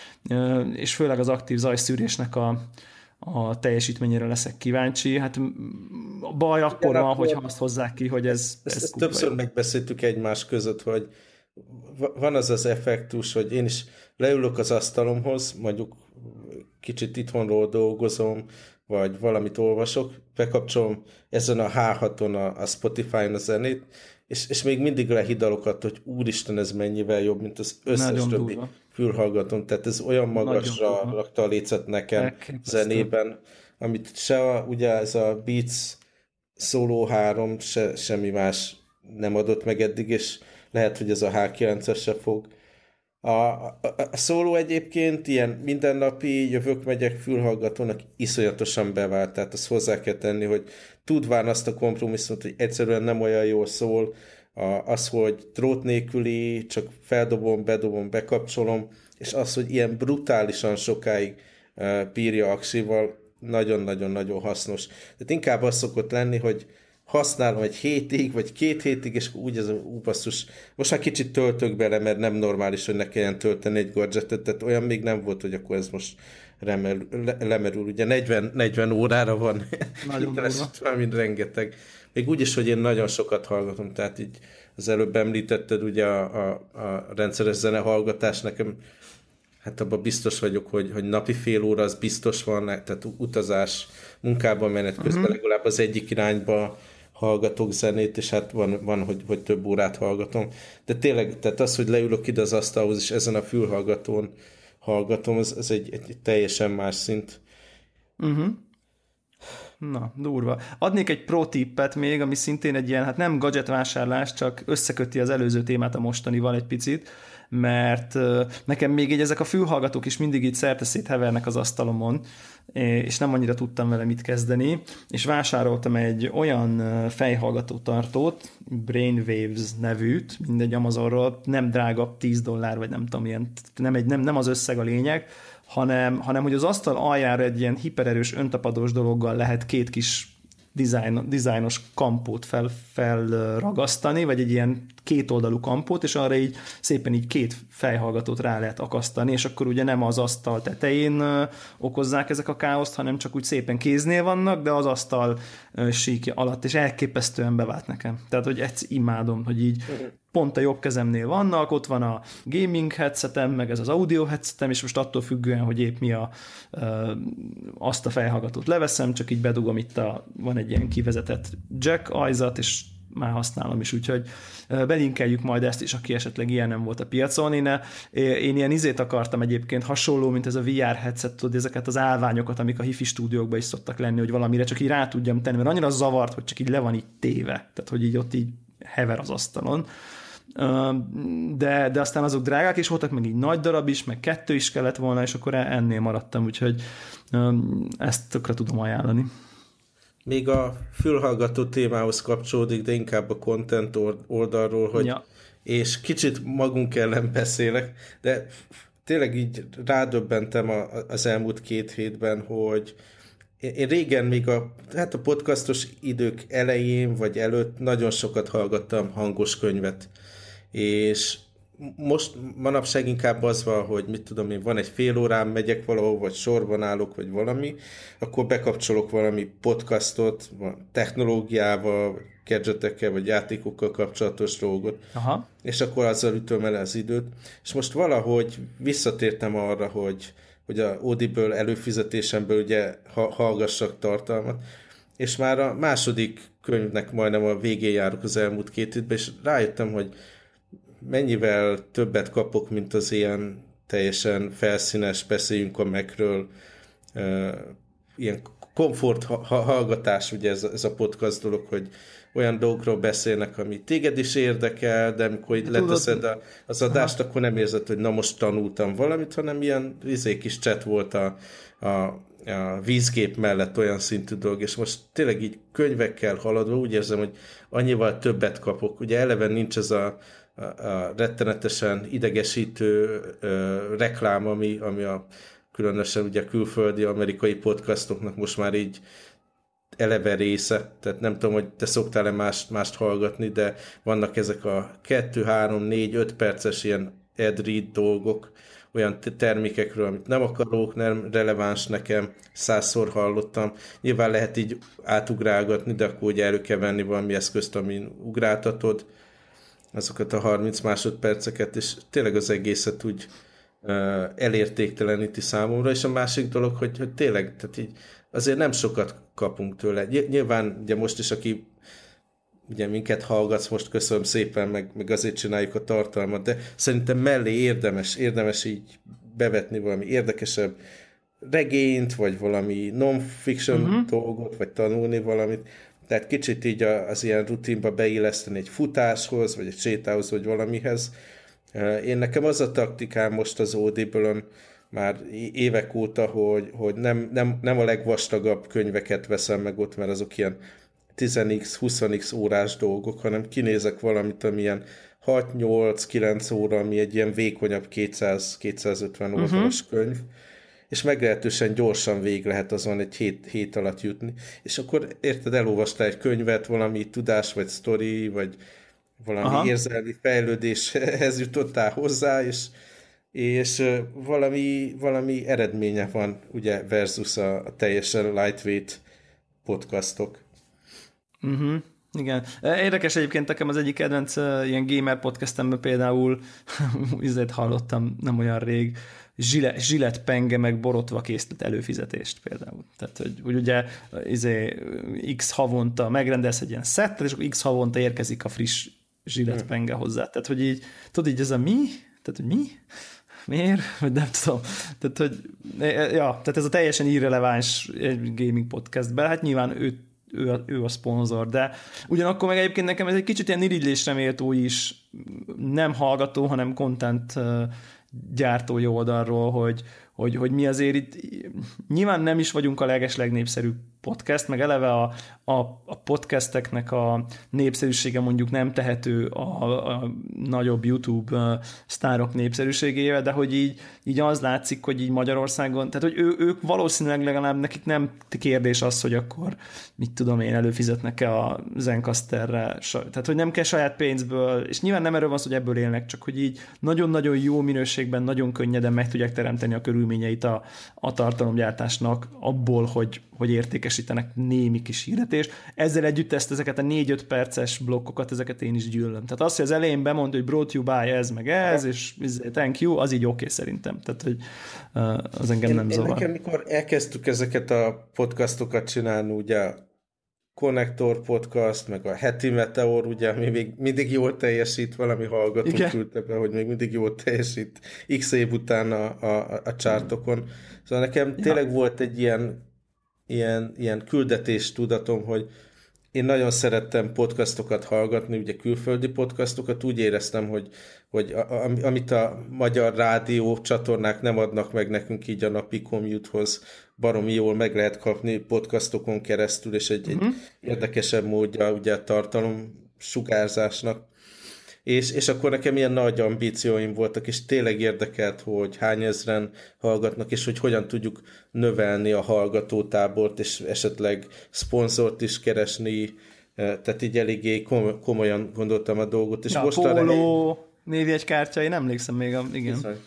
Speaker 1: és főleg az aktív zajszűrésnek a a teljesítményére leszek kíváncsi. Hát a baj akkor van, hogyha azt hozzák ki, hogy ez...
Speaker 2: Ezt, ez ezt többször megbeszéltük egymás között, hogy van az az effektus, hogy én is leülök az asztalomhoz, mondjuk kicsit itthonról dolgozom, vagy valamit olvasok, bekapcsolom ezen a há haton a, a Spotify-on a zenét, és, és még mindig lehidalokat, hogy úristen, ez mennyivel jobb, mint az összes nagyon többi durva fülhallgatom. Tehát ez olyan magasra rakta a lécet nekem elképesztő zenében, amit se a, ugye ez a Beats Solo három, se, semmi más nem adott meg eddig, és lehet, hogy ez a há kilences se fog. A, a, a Solo egyébként ilyen mindennapi jövök-megyek fülhallgatónak iszonyatosan bevált, tehát azt hozzá kell tenni, hogy tudván azt a kompromisszumot, hogy egyszerűen nem olyan jól szól, a, az, hogy drót nélküli, csak feldobom, bedobom, bekapcsolom, és az, hogy ilyen brutálisan sokáig uh, bírja aksival, nagyon-nagyon-nagyon hasznos. Tehát inkább az szokott lenni, hogy használom egy hétig, vagy két hétig, és úgy ez a ú, basszus, most már kicsit töltök bele, mert nem normális, hogy ne kelljen tölteni egy gadgetet, tehát olyan még nem volt, hogy akkor ez most remel, le, lemerül. Ugye negyven, negyven órára van, mint rengeteg. Még úgy is, hogy én nagyon sokat hallgatom, tehát így az előbb említetted ugye a, a, a rendszeres zenehallgatás, nekem hát abban biztos vagyok, hogy, hogy napi fél óra az biztos van, tehát utazás, munkában menet közben uh-huh. legalább az egyik irányba hallgatok zenét, és hát van, van hogy, hogy több órát hallgatom. De tényleg, tehát az, hogy leülök ide az asztalhoz, és ezen a fülhallgatón hallgatom, az, az egy, egy teljesen más szint.
Speaker 1: Uh-huh. Na, durva. Adnék egy pro tippet még, ami szintén egy ilyen, hát nem gadget vásárlás, csak összeköti az előző témát a mostanival egy picit, mert nekem még így ezek a fülhallgatók is mindig így szerte-szét hevernek az asztalomon, és nem annyira tudtam vele mit kezdeni, és vásároltam egy olyan fejhallgató tartót, Brainwaves nevűt, mindegy Amazonról, nem drága, tíz dollár, vagy nem tudom, ilyen, nem, egy, nem, nem az összeg a lényeg, hanem, hanem hogy az asztal aljára egy ilyen hipererős öntapadós dologgal lehet két kis design, dizájnos kampót fel, felragasztani, vagy egy ilyen kétoldalú kampót, és arra így szépen így két fejhallgatót rá lehet akasztani, és akkor ugye nem az asztal tetején okozzák ezek a káoszt, hanem csak úgy szépen kéznél vannak, de az asztal síkja alatt, és elképesztően bevált nekem. Tehát, hogy ezt imádom, hogy így pont a jobb kezemnél vannak, ott van a gaming headsetem, meg ez az audio headsetem, és most attól függően, hogy épp mi a, azt a fejhallgatót leveszem, csak így bedugom itt a, van egy ilyen kivezetett jack ajzat, és már használom is, úgyhogy belinkeljük majd ezt is, aki esetleg ilyen nem volt a piacon. Én, én ilyen izét akartam egyébként, hasonló, mint ez a vé er headset, tudod, ezeket az állványokat, amik a hifi stúdiókban is szoktak lenni, hogy valamire csak így rá tudjam tenni, mert annyira zavart, hogy csak így le van így téve, tehát hogy így ott így hever az asztalon. De, de aztán azok drágák is voltak, meg így nagy darab is, meg kettő is kellett volna, és akkor ennél maradtam, úgyhogy ezt tökre tudom ajánlani.
Speaker 2: Még a fülhallgató témához kapcsolódik, de inkább a content oldalról, hogy ja. És kicsit magunk ellen beszélek, de tényleg így rádöbbentem az elmúlt két hétben, hogy én régen még a, hát a podcastos idők elején vagy előtt nagyon sokat hallgattam hangos könyvet, és most manapság inkább az van, hogy mit tudom én, van egy fél órám, megyek valahol, vagy sorban állok, vagy valami, akkor bekapcsolok valami podcastot, technológiával, gadgetekkel, vagy játékokkal kapcsolatos dolgot, aha. És akkor azzal ütöm el az időt. És most valahogy visszatértem arra, hogy, hogy a Audible előfizetésemből ugye hallgassak tartalmat, és már a második könyvnek majdnem a végén járok az elmúlt két hétben, és rájöttem, hogy mennyivel többet kapok, mint az ilyen teljesen felszínes, beszéljünk a Mac-ről, uh, ilyen komfort hallgatás, ugye ez, ez a podcast dolog, hogy olyan dolgokról beszélnek, ami téged is érdekel, de amikor így leteszed a, az adást, aha, akkor nem érzed, hogy na most tanultam valamit, hanem ilyen izé kis chat volt a, a, a vízgép mellett olyan szintű dolog, és most tényleg így könyvekkel haladva úgy érzem, hogy annyival többet kapok. Ugye eleve nincs ez a, a, a rettenetesen idegesítő ö, reklám, ami, ami a különösen ugye a külföldi amerikai podcastoknak most már így eleve része, tehát nem tudom, hogy te szoktál-e mást, mást hallgatni, de vannak ezek a kettő, három, négy, öt perces ilyen ad-read dolgok, olyan termékekről, amit nem akarok, nem releváns nekem, százszor hallottam. Nyilván lehet így átugrálgatni, de akkor ugye elő kell venni valami eszközt, amin ugráltatod azokat a harminc másodperceket, és tényleg az egészet úgy uh, elértékteleníti számomra, és a másik dolog, hogy, hogy tényleg, tehát így azért nem sokat kapunk tőle. Nyilván ugye most is, aki ugye minket hallgatsz, most köszönöm szépen, meg, meg azért csináljuk a tartalmat, de szerintem mellé érdemes, érdemes így bevetni valami érdekesebb regényt, vagy valami non-fiction uh-huh. dolgot, vagy tanulni valamit. Tehát kicsit így az ilyen rutinba beilleszteni egy futáshoz, vagy egy sétához, vagy valamihez. Én nekem az a taktikám most az Audible-on már évek óta, hogy, hogy nem, nem, nem a legvastagabb könyveket veszem meg ott, mert azok ilyen tíz x, húsz x órás dolgok, hanem kinézek valamit, amilyen hat, nyolc, kilenc óra, ami egy ilyen vékonyabb kétszáz-kétszázötven oldalas uh-huh. könyv, és meglehetősen gyorsan végig lehet azon egy hét, hét alatt jutni. És akkor érted, elolvastál egy könyvet, valami tudás, vagy sztori, vagy valami aha. érzelmi fejlődéshez jutottál hozzá, és, és valami, valami eredménye van, ugye, versus a, a teljesen lightweight podcastok.
Speaker 1: Uh-huh. Igen. Érdekes egyébként, nekem az egyik kedvenc uh, ilyen gamer podcastemben például izét hallottam nem olyan rég, Zsile, Zsilet penge meg borotva készített előfizetést például. Tehát, hogy úgy ugye izé, x havonta megrendelsz egy ilyen szettet, és akkor x havonta érkezik a friss Zsilet penge hozzá. Tehát, hogy így, tudod, így ez a mi? Tehát, hogy mi? Miért? Vagy nem tudom. Tehát, hogy ja, tehát ez a teljesen irreleváns gaming podcastben, hát nyilván ő Ő a, ő a szponzor, de ugyanakkor meg egyébként nekem ez egy kicsit ilyen irigylésre méltó is, nem hallgató, hanem content gyártói oldalról, hogy, hogy, hogy mi azért itt nyilván nem is vagyunk a leges legnépszerűbb podcast, meg eleve a, a, a podcasteknek a népszerűsége mondjuk nem tehető a, a nagyobb YouTube uh, sztárok népszerűségével, de hogy így, így az látszik, hogy így Magyarországon, tehát hogy ő, ők valószínűleg legalább nekik nem kérdés az, hogy akkor mit tudom én, előfizetnek-e a Zencastr-re, tehát hogy nem kell saját pénzből, és nyilván nem erről van szó, hogy ebből élnek, csak hogy így nagyon-nagyon jó minőségben, nagyon könnyeden meg tudják teremteni a körülményeit a, a tartalomgyártásnak abból, hogy, hogy értékesítenek némi kis hirdetést. Ezzel együtt ezt, ezeket a négy-öt perces blokkokat, ezeket én is gyűlölöm. Tehát az, hogy az elején bemond, hogy brought you by ez, meg ez, és thank you, az így oké okay, szerintem. Tehát, hogy az engem én, nem zavar.
Speaker 2: Nekem, mikor elkezdtük ezeket a podcastokat csinálni, ugye Connector podcast, meg a heti Meteor, ugye, ami még mindig jól teljesít, valami hallgató küldte be, hogy még mindig jól teljesít x év után a, a, a csártokon. Szóval nekem ja. tényleg volt egy ilyen, ilyen, ilyen küldetés tudatom, hogy én nagyon szerettem podcastokat hallgatni, ugye külföldi podcastokat, úgy éreztem, hogy, hogy a, amit a magyar rádió csatornák nem adnak meg nekünk így a napi commute-hoz, baromi jól meg lehet kapni podcastokon keresztül, és egy, uh-huh. egy érdekesebb módja ugye a tartalom sugárzásnak. És, és akkor nekem ilyen nagy ambícióim voltak, és tényleg érdekelt, hogy hány ezren hallgatnak, és hogy hogyan tudjuk növelni a hallgatótábort, és esetleg szponzort is keresni, tehát így eléggé komolyan gondoltam a dolgot. És
Speaker 1: ja,
Speaker 2: most
Speaker 1: póló, arra... névjegykártya, én emlékszem még, a... igen.
Speaker 2: Viszont.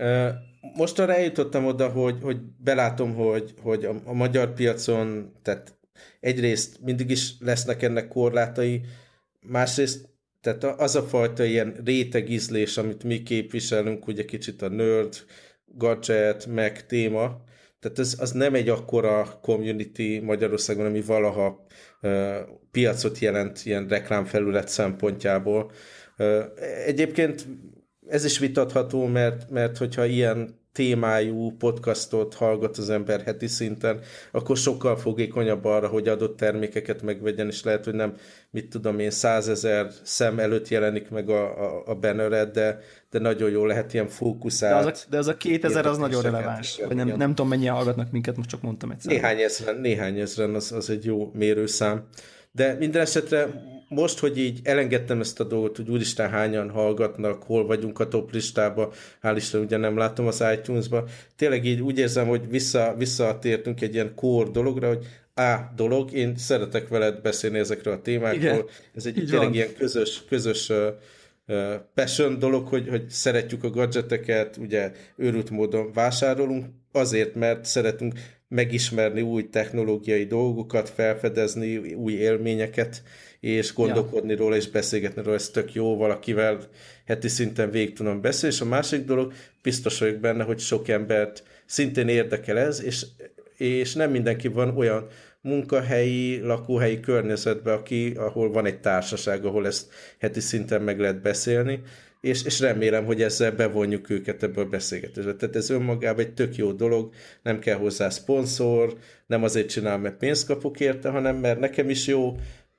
Speaker 2: Most arra eljutottam oda, hogy, hogy belátom, hogy, hogy a, a magyar piacon, tehát egyrészt mindig is lesznek ennek korlátai, másrészt tehát az a fajta ilyen réteg ízlés, amit mi képviselünk, ugye kicsit a nerd, gadget, meg téma, tehát ez, az nem egy akkora community Magyarországon, ami valaha uh, piacot jelent ilyen reklámfelület szempontjából. Uh, egyébként ez is vitatható, mert, mert hogyha ilyen témájú podcastot hallgat az ember heti szinten, akkor sokkal fogékonyabb arra, hogy adott termékeket megvegyen, és lehet, hogy nem, mit tudom én, százezer szem előtt jelenik meg a, a, a bannered, de, de nagyon jó lehet ilyen fókuszált.
Speaker 1: De az a, de az a kétezer az nagyon releváns.
Speaker 2: Igen,
Speaker 1: vagy nem, nem tudom, mennyien hallgatnak minket, most csak mondtam egyszer.
Speaker 2: Néhány ezren, néhány ezren az, az egy jó mérőszám. De minden esetre most, hogy így elengedtem ezt a dolgot, hogy úristen hányan hallgatnak, hol vagyunk a top listába, hál' Isten ugye nem látom az iTunes-ba, tényleg így úgy érzem, hogy vissza, visszatértünk egy ilyen core dologra, hogy á, dolog, én szeretek veled beszélni ezekről a témákról, igen, ez egy tényleg van. Ilyen közös, közös uh, uh, passion dolog, hogy, hogy szeretjük a gadgeteket, ugye őrült módon vásárolunk, azért, mert szeretünk megismerni új technológiai dolgokat, felfedezni új élményeket, és gondolkodni ja. róla, és beszélgetni róla, ez tök jó, valakivel heti szinten végig tudom beszélni, és a másik dolog, biztos vagyok benne, hogy sok embert szintén érdekel ez, és, és nem mindenki van olyan munkahelyi, lakóhelyi környezetben, aki, ahol van egy társaság, ahol ezt heti szinten meg lehet beszélni, és, és remélem, hogy ezzel bevonjuk őket ebbe a beszélgetésbe. Tehát ez önmagában egy tök jó dolog, nem kell hozzá szponzor, nem azért csinálom, mert pénzt kapok érte, hanem mert nekem is jó,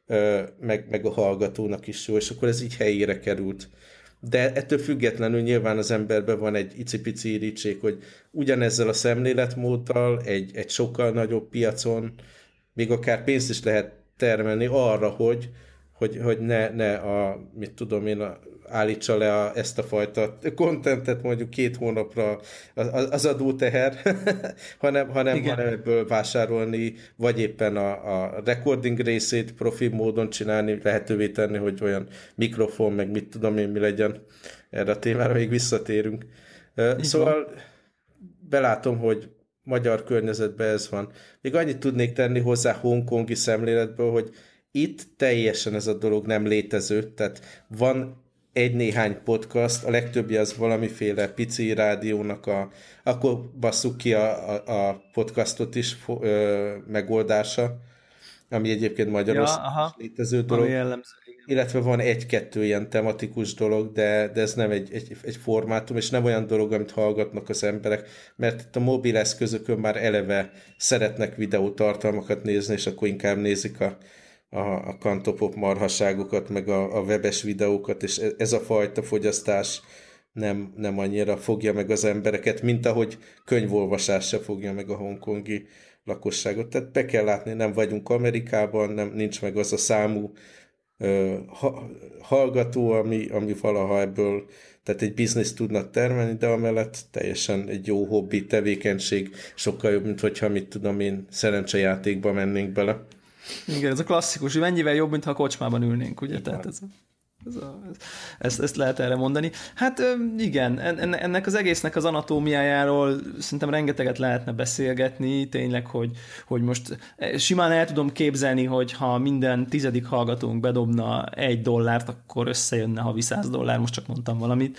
Speaker 2: meg, meg a hallgatónak is jó, és akkor ez így helyére került. De ettől függetlenül nyilván az emberben van egy icipici irítség, hogy ugyanezzel a szemléletmóddal egy, egy sokkal nagyobb piacon még akár pénzt is lehet termelni arra, hogy, hogy, hogy ne, ne a, mit tudom én, a, állítsa le a, ezt a fajta kontentet mondjuk két hónapra az, az adóteher, hanem, hanem, hanem ebből vásárolni, vagy éppen a, a recording részét profi módon csinálni, lehetővé tenni, hogy olyan mikrofon, meg mit tudom én, mi legyen. Erre a témára még visszatérünk. Így szóval van. Belátom, hogy magyar környezetben ez van. Még annyit tudnék tenni hozzá hongkongi szemléletből, hogy itt teljesen ez a dolog nem létező, tehát van egy-néhány podcast, a legtöbbi az valamiféle pici rádiónak a, akkor basszuk ki a, a, a podcastot is ö, megoldása, ami egyébként Magyarországon ja, létező dolog. Illetve van egy-kettő ilyen tematikus dolog, de, de ez nem egy, egy, egy formátum, és nem olyan dolog, amit hallgatnak az emberek, mert itt a mobil eszközökön már eleve szeretnek videótartalmakat nézni, és akkor inkább nézik a a, a kantopop marhasságokat, meg a, a webes videókat, és ez a fajta fogyasztás nem, nem annyira fogja meg az embereket, mint ahogy könyvolvasás se fogja meg a hongkongi lakosságot. Tehát be kell látni, nem vagyunk Amerikában, nem, nincs meg az a számú uh, ha, hallgató, ami, ami valaha ebből, tehát egy bizniszt tudnak termelni, de amellett teljesen egy jó hobbi, tevékenység, sokkal jobb, mint hogyha, mit tudom én, szerencsejátékba mennénk bele.
Speaker 1: Igen, ez a klasszikus, hogy mennyivel jobb, mintha a kocsmában ülnénk, ugye? Tehát ez, ez a, ezt, ezt lehet erre mondani. Hát igen, ennek az egésznek az anatómiájáról szerintem rengeteget lehetne beszélgetni, tényleg, hogy, hogy most simán el tudom képzelni, hogy ha minden tizedik hallgatónk bedobna egy dollárt, akkor összejönne havi száz dollár, most csak mondtam valamit.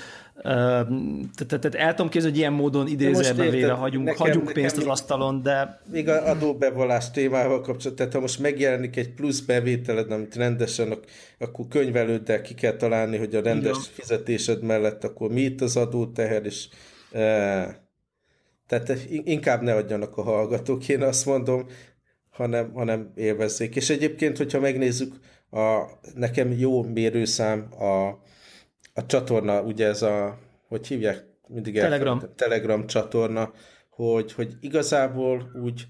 Speaker 1: Tehát el tudom képzelni, hogy ilyen módon idézőjelben véve hagyunk, nekem, hagyunk nekem pénzt az asztalon, de...
Speaker 2: Még az adóbevallás témával kapcsolatban, tehát ha most megjelenik egy plusz bevételed, amit rendesen, akkor könyvelőddel ki kell találni, hogy a rendes igen. fizetésed mellett akkor mi itt az adóteher, és e, tehát inkább ne adjanak a hallgatók, én azt mondom, hanem, hanem élvezzék. És egyébként, hogyha megnézzük, a, nekem jó mérőszám a a csatorna, ugye ez a, hogy hívják? Mindig
Speaker 1: Telegram.
Speaker 2: Elfelejtem, Telegram csatorna, hogy, hogy igazából úgy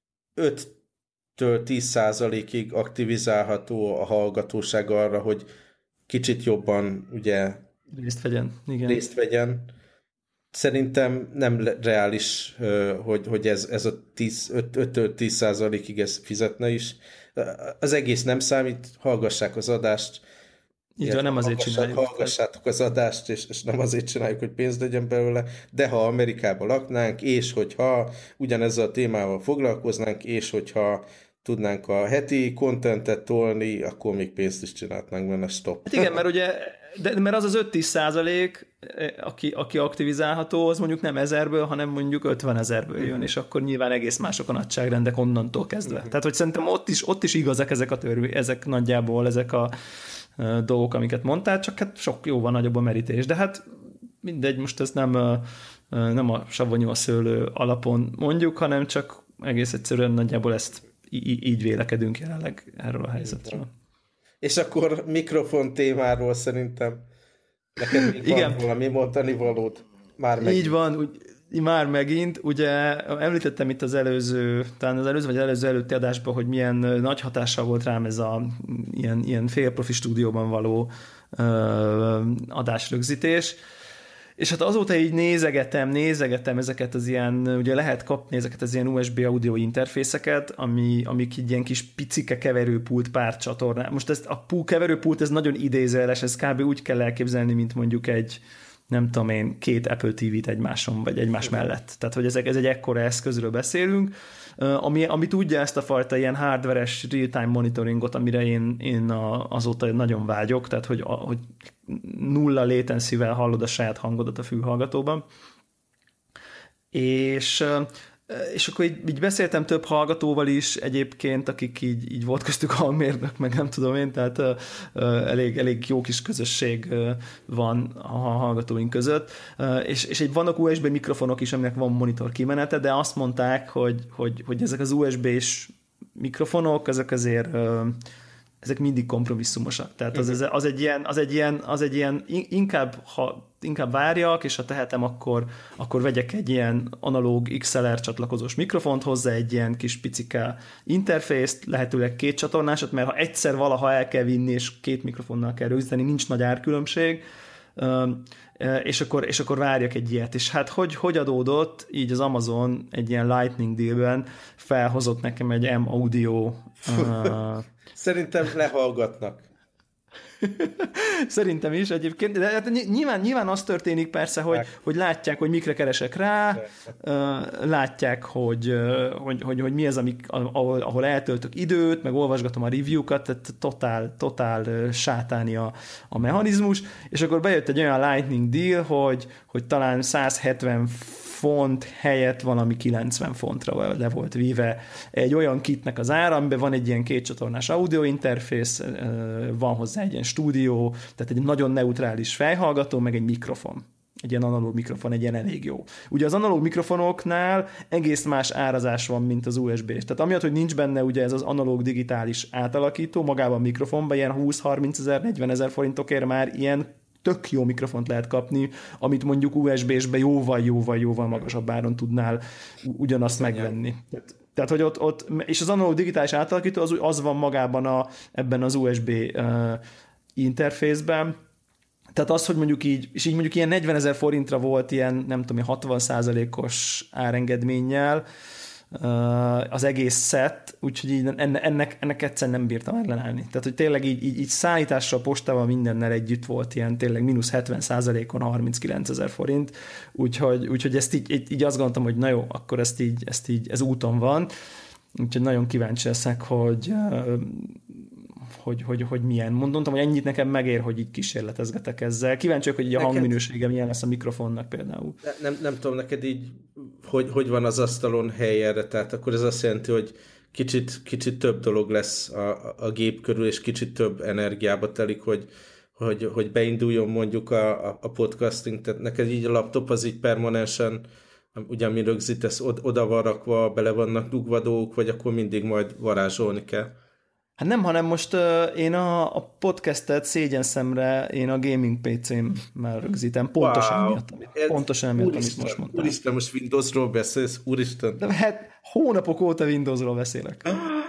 Speaker 2: öttől tíz százalékig aktivizálható a hallgatóság arra, hogy kicsit jobban ugye
Speaker 1: részt vegyen. Igen.
Speaker 2: Részt vegyen. Szerintem nem reális, hogy, hogy ez, ez a öttől tíz százalékig ez fizetne is. Az egész nem számít, hallgassák az adást,
Speaker 1: így van, nem azért csináljuk.
Speaker 2: Hallgassátok az adást, és, és nem azért csináljuk, hogy pénzt legyen belőle, de ha Amerikában laknánk, és hogyha ugyanezzel a témával foglalkoznánk, és hogyha tudnánk a heti kontentet tolni, akkor még pénzt is csinálnánk benne, stop.
Speaker 1: Hát igen, mert ugye, de, mert az az öt-tíz százalék, aki, aki aktivizálható, az mondjuk nem ezerből, hanem mondjuk ötven ezerből jön, és akkor nyilván egész mások a nagyságrendek onnantól kezdve. Tehát, hogy szerintem ott is, ott is igazak ezek a törvény, ezek nagyjából, ezek a dolgok, amiket mondtál, csak hát sok jóval nagyobb a merítés. De hát mindegy, most ez nem, nem a savanyú a szőlő alapon mondjuk, hanem csak egész egyszerűen nagyjából ezt í- így vélekedünk jelenleg erről a helyzetről.
Speaker 2: És akkor mikrofon témáról szerintem neked még van valami mondani valód? Már megint.
Speaker 1: Így van, úgy, már megint. Ugye említettem itt az előző, talán az előző vagy az előző előtti adásban, hogy milyen nagy hatással volt rám ez a ilyen, ilyen félprofi stúdióban való uh, adásrögzítés. És hát azóta így nézegetem, nézegetem ezeket az ilyen, ugye lehet kapni ezeket az ilyen u es bé audio interfészeket, ami, amik így ilyen kis picike keverőpult pár csatornán. Most ezt, a pult, keverőpult, ez nagyon idézőjeles, ez kb. Úgy kell elképzelni, mint mondjuk egy, nem tudom én, két Apple té vét egymáson, vagy egymás mellett. Tehát, hogy ezek, ez egy ekkora eszközről beszélünk, ami, ami tudja ezt a fajta ilyen hardveres real-time monitoringot, amire én, én azóta nagyon vágyok, tehát, hogy, hogy nulla latency-vel hallod a saját hangodat a fülhallgatóban. És És akkor így, így beszéltem több hallgatóval is egyébként, akik így, így volt köztük hangmérnök, meg nem tudom én, tehát uh, uh, elég, elég jó kis közösség uh, van a hallgatóink között, uh, és, és egy vannak u es bé mikrofonok is, aminek van monitor kimenete, de azt mondták, hogy, hogy, hogy ezek az u es bé-s mikrofonok, ezek azért uh, ezek mindig kompromisszumosak. Tehát az, az, az, egy ilyen, az, egy ilyen, az egy ilyen inkább, ha inkább várjak, és ha tehetem, akkor, akkor vegyek egy ilyen analóg iksz el er csatlakozós mikrofont hozzá, egy ilyen kis picike interfészt, lehetőleg két csatornásat, mert ha egyszer valaha el kell vinni, és két mikrofonnal kell rögzíteni, nincs nagy árkülönbség, és akkor, és akkor várjak egy ilyet. És hát hogy, hogy adódott, így az Amazon egy ilyen Lightning dealben felhozott nekem egy M-Audio
Speaker 2: Szerintem lehallgatnak.
Speaker 1: Szerintem is egyébként, de hát nyilván, nyilván az történik persze, hogy, hogy látják, hogy mikre keresek rá, persze. Látják, hogy, hogy, hogy, hogy mi az, amik, ahol, ahol eltöltök időt, meg olvasgatom a review-kat, tehát totál, totál sátáni a, a mechanizmus, és akkor bejött egy olyan lightning deal, hogy, hogy talán száz hetven font helyett valami kilencven fontra le volt víve egy olyan kitnek az ára, amiben van egy ilyen kétcsatornás audio interfész, van hozzá egy ilyen stúdió, tehát egy nagyon neutrális fejhallgató, meg egy mikrofon. Egy ilyen analóg mikrofon, egy ilyen elég jó. Ugye az analóg mikrofonoknál egész más árazás van, mint az u es bé-s. Tehát amiatt, hogy nincs benne ugye ez az analóg digitális átalakító, magában a mikrofonban ilyen húsz-harminc ezer, negyven ezer forintokért már ilyen tök jó mikrofont lehet kapni, amit mondjuk u es bé-sbe jóval-jóval-jóval magasabb áron tudnál ugyanazt megvenni. Tehát, hogy ott, ott, és az analóg digitális átalakító az, az van magában a, ebben az u es bé uh, interfészben. Tehát az, hogy mondjuk így, és így mondjuk ilyen negyven ezer forintra volt ilyen, nem tudom, hatvan százalékos árengedménnyel az egész szett, úgyhogy így ennek, ennek egyszerűen nem bírtam ellenállni. Tehát, hogy tényleg így, így, így szállítással, postával, mindennel együtt volt ilyen tényleg mínusz hetven százalékon harminckilenc ezer forint, úgyhogy, úgyhogy ezt így, így, így azt gondoltam, hogy na jó, akkor ezt így, ezt így, ez úton van, úgyhogy nagyon kíváncsi leszek, hogy Hogy, hogy, hogy milyen. Mondtam, hogy ennyit nekem megér, hogy így kísérletezgetek ezzel. Kíváncsiak, hogy így a neked... hangminősége milyen lesz a mikrofonnak például.
Speaker 2: Ne, nem, nem tudom, neked így, hogy, hogy van az asztalon hely erre, tehát akkor ez azt jelenti, hogy kicsit, kicsit több dolog lesz a, a gép körül, és kicsit több energiába telik, hogy, hogy, hogy beinduljon mondjuk a, a podcasting, tehát neked így a laptop az így permanensen, ugye ami rögzítesz, oda van rakva, bele vannak dugva dolgok, vagy akkor mindig majd varázsolni kell.
Speaker 1: Hát nem, hanem most uh, én a, a podcastet szégyen szemre én a gaming pé cémmel rögzítem, pontosan
Speaker 2: wow.
Speaker 1: miatt, amit, pontosan miatt, amit most mondtam.
Speaker 2: Úristen, most Windowsról beszélsz, úristen.
Speaker 1: De hát hónapok óta Windowsról beszélek.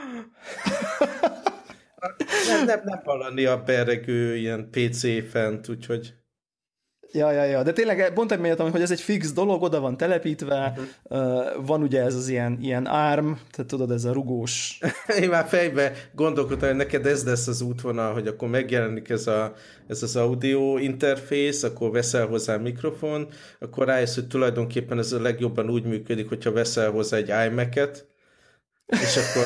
Speaker 2: nem, nem, nem hallani a berregő ilyen pé cé fent, úgyhogy...
Speaker 1: Ja, ja, ja, de tényleg pont emiatt, hogy ez egy fix dolog, oda van telepítve, uh-huh. Van ugye ez az ilyen, ilyen arm, tehát tudod, ez a rugós...
Speaker 2: Én már fejbe gondolkodtam, hogy neked ez lesz az útvonal, hogy akkor megjelenik ez, a, ez az audio interfész, akkor veszel hozzá mikrofon, akkor rájössz, hogy tulajdonképpen ez a legjobban úgy működik, hogyha veszel hozzá egy iMac-et, és akkor...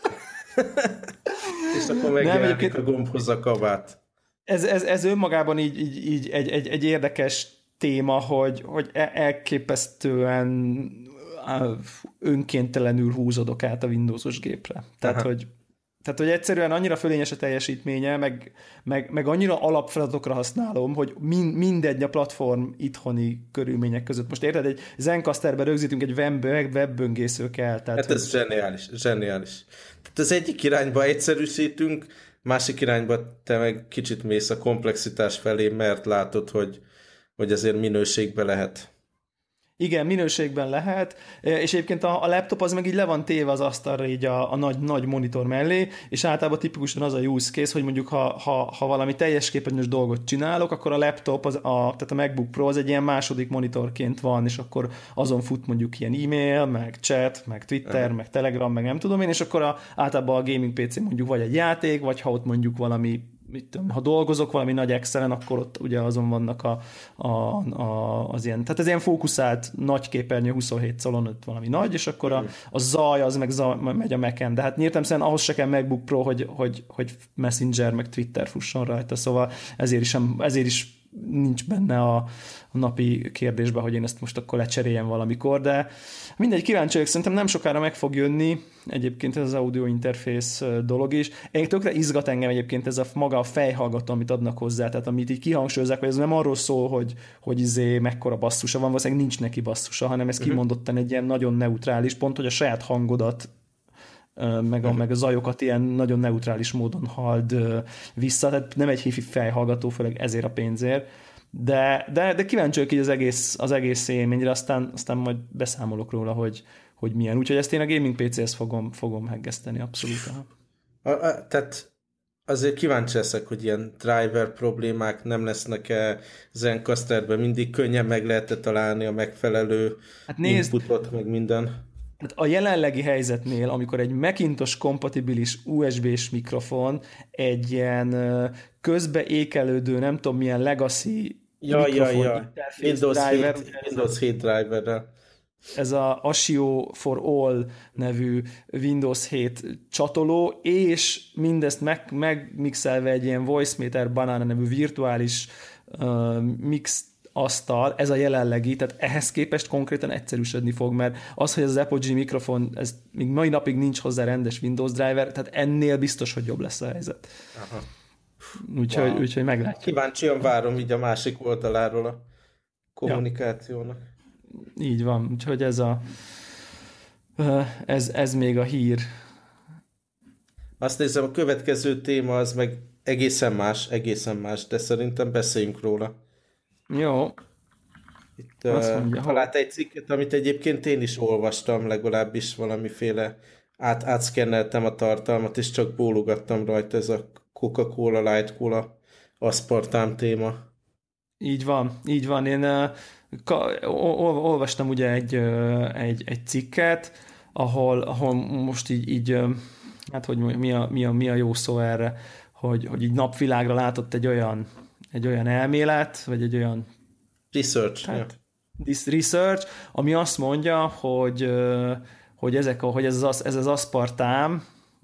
Speaker 2: és akkor megjelenik egyébként... a gombhoz a kavát.
Speaker 1: Ez, ez, ez önmagában így, így, így egy, egy, egy érdekes téma, hogy, hogy elképesztően önkéntelenül húzódok át a Windowsos gépre. Tehát, hogy, Tehát, hogy egyszerűen annyira fölényes a teljesítménye, meg, meg, meg annyira alapfeladatokra használom, hogy min, mindegy a platform itthoni körülmények között. Most érted, egy Zencasterbe rögzítünk egy web, webböngésző kell. Tehát,
Speaker 2: hát ez
Speaker 1: hogy...
Speaker 2: zseniális, zseniális. Tehát az egyik irányba egyszerűsítünk, másik irányba te meg kicsit mész a komplexitás felé, mert látod, hogy, hogy azért minőségbe lehet.
Speaker 1: Igen, minőségben lehet, és egyébként a, a laptop az meg így le van téve az asztalra így a, a nagy, nagy monitor mellé, és általában tipikusan az a use case, hogy mondjuk ha, ha, ha valami teljes képernyős dolgot csinálok, akkor a laptop, az a, tehát a MacBook Pro az egy ilyen második monitorként van, és akkor azon fut mondjuk ilyen e-mail, meg chat, meg Twitter, meg Telegram, meg nem tudom én, és akkor a, általában a gaming pé cé mondjuk vagy egy játék, vagy ha ott mondjuk valami mit tudom, ha dolgozok valami nagy Excel-en, akkor ott ugye azon vannak a, a, a, az ilyen, tehát ez ilyen fókuszált nagy képernyő, huszonhét colon ott valami nagy, és akkor a, a zaj az meg zaj, megy a Mac-en, de hát nyilvánvalóan ahhoz se kell MacBook Pro, hogy, hogy, hogy Messenger meg Twitter fusson rajta, szóval ezért is, ezért is nincs benne a, a napi kérdésben, hogy én ezt most akkor lecseréljem valamikor, de mindegy, kíváncsi vagyok, szerintem nem sokára meg fog jönni egyébként ez az audio interfész dolog is. Én tökre izgat engem egyébként ez a maga a fejhallgató, amit adnak hozzá, tehát amit így kihangsúlyozzák, hogy ez nem arról szól, hogy, hogy izé mekkora basszusa van, valószínűleg nincs neki basszusa, hanem ez kimondottan egy ilyen nagyon neutrális pont, hogy a saját hangodat meg a, meg a zajokat ilyen nagyon neutrális módon hald vissza, tehát nem egy hifi fejhallgató, főleg ezért a pénzért, de, de, de kíváncsi vagyok így az egész, az egész élményre, aztán, aztán majd beszámolok róla, hogy, hogy milyen. Úgyhogy ezt én a gaming pé céhez fogom, fogom heggeszteni, abszolút.
Speaker 2: A, a, tehát azért kíváncsi leszek, hogy ilyen driver problémák nem lesznek-e Zencasterben, mindig könnyen meg lehet találni a megfelelő hát nézd, inputot, meg minden.
Speaker 1: Tehát a jelenlegi helyzetnél, amikor egy Macintosh kompatibilis u es bé-s mikrofon egy ilyen közbeékelődő, nem tudom milyen legacy
Speaker 2: ja,
Speaker 1: mikrofon
Speaker 2: ja, ja. Windows, driver, hét, Windows hét driverrel.
Speaker 1: Ez a ASIO for All nevű Windows hét csatoló, és mindezt meg, megmixelve egy ilyen VoiceMeter Banana nevű virtuális uh, mix asztal, ez a jelenlegi, tehát ehhez képest konkrétan egyszerűsödni fog, mert az, hogy ez az Apogee mikrofon, ez még mai napig nincs hozzá rendes Windows driver, tehát ennél biztos, hogy jobb lesz a helyzet. Aha. Úgyhogy, wow. úgyhogy meglátjuk.
Speaker 2: Kíváncsian várom így a másik oldaláról a kommunikációnak.
Speaker 1: Ja. Így van, úgyhogy ez a ez, ez még a hír.
Speaker 2: Azt nézem, a következő téma az meg egészen más, egészen más, de szerintem beszéljünk róla.
Speaker 1: Jó.
Speaker 2: Itt uh, talált egy cikket, amit egyébként én is olvastam, legalábbis valamiféle át, átszkenneltem a tartalmat, és csak bólogattam rajta, ez a Coca-Cola, Light Cola, aszpartám téma.
Speaker 1: Így van, így van. Én uh, ka, ol, olvastam ugye egy, uh, egy, egy cikket, ahol, ahol most így, így uh, hát hogy mi a, mi, a, mi a jó szó erre, hogy, hogy így napvilágra látott egy olyan egy olyan elmélet, vagy egy olyan
Speaker 2: research,
Speaker 1: hát, yeah. research, ami azt mondja, hogy, hogy, ezek a, hogy ez, az, ez az aszpartám,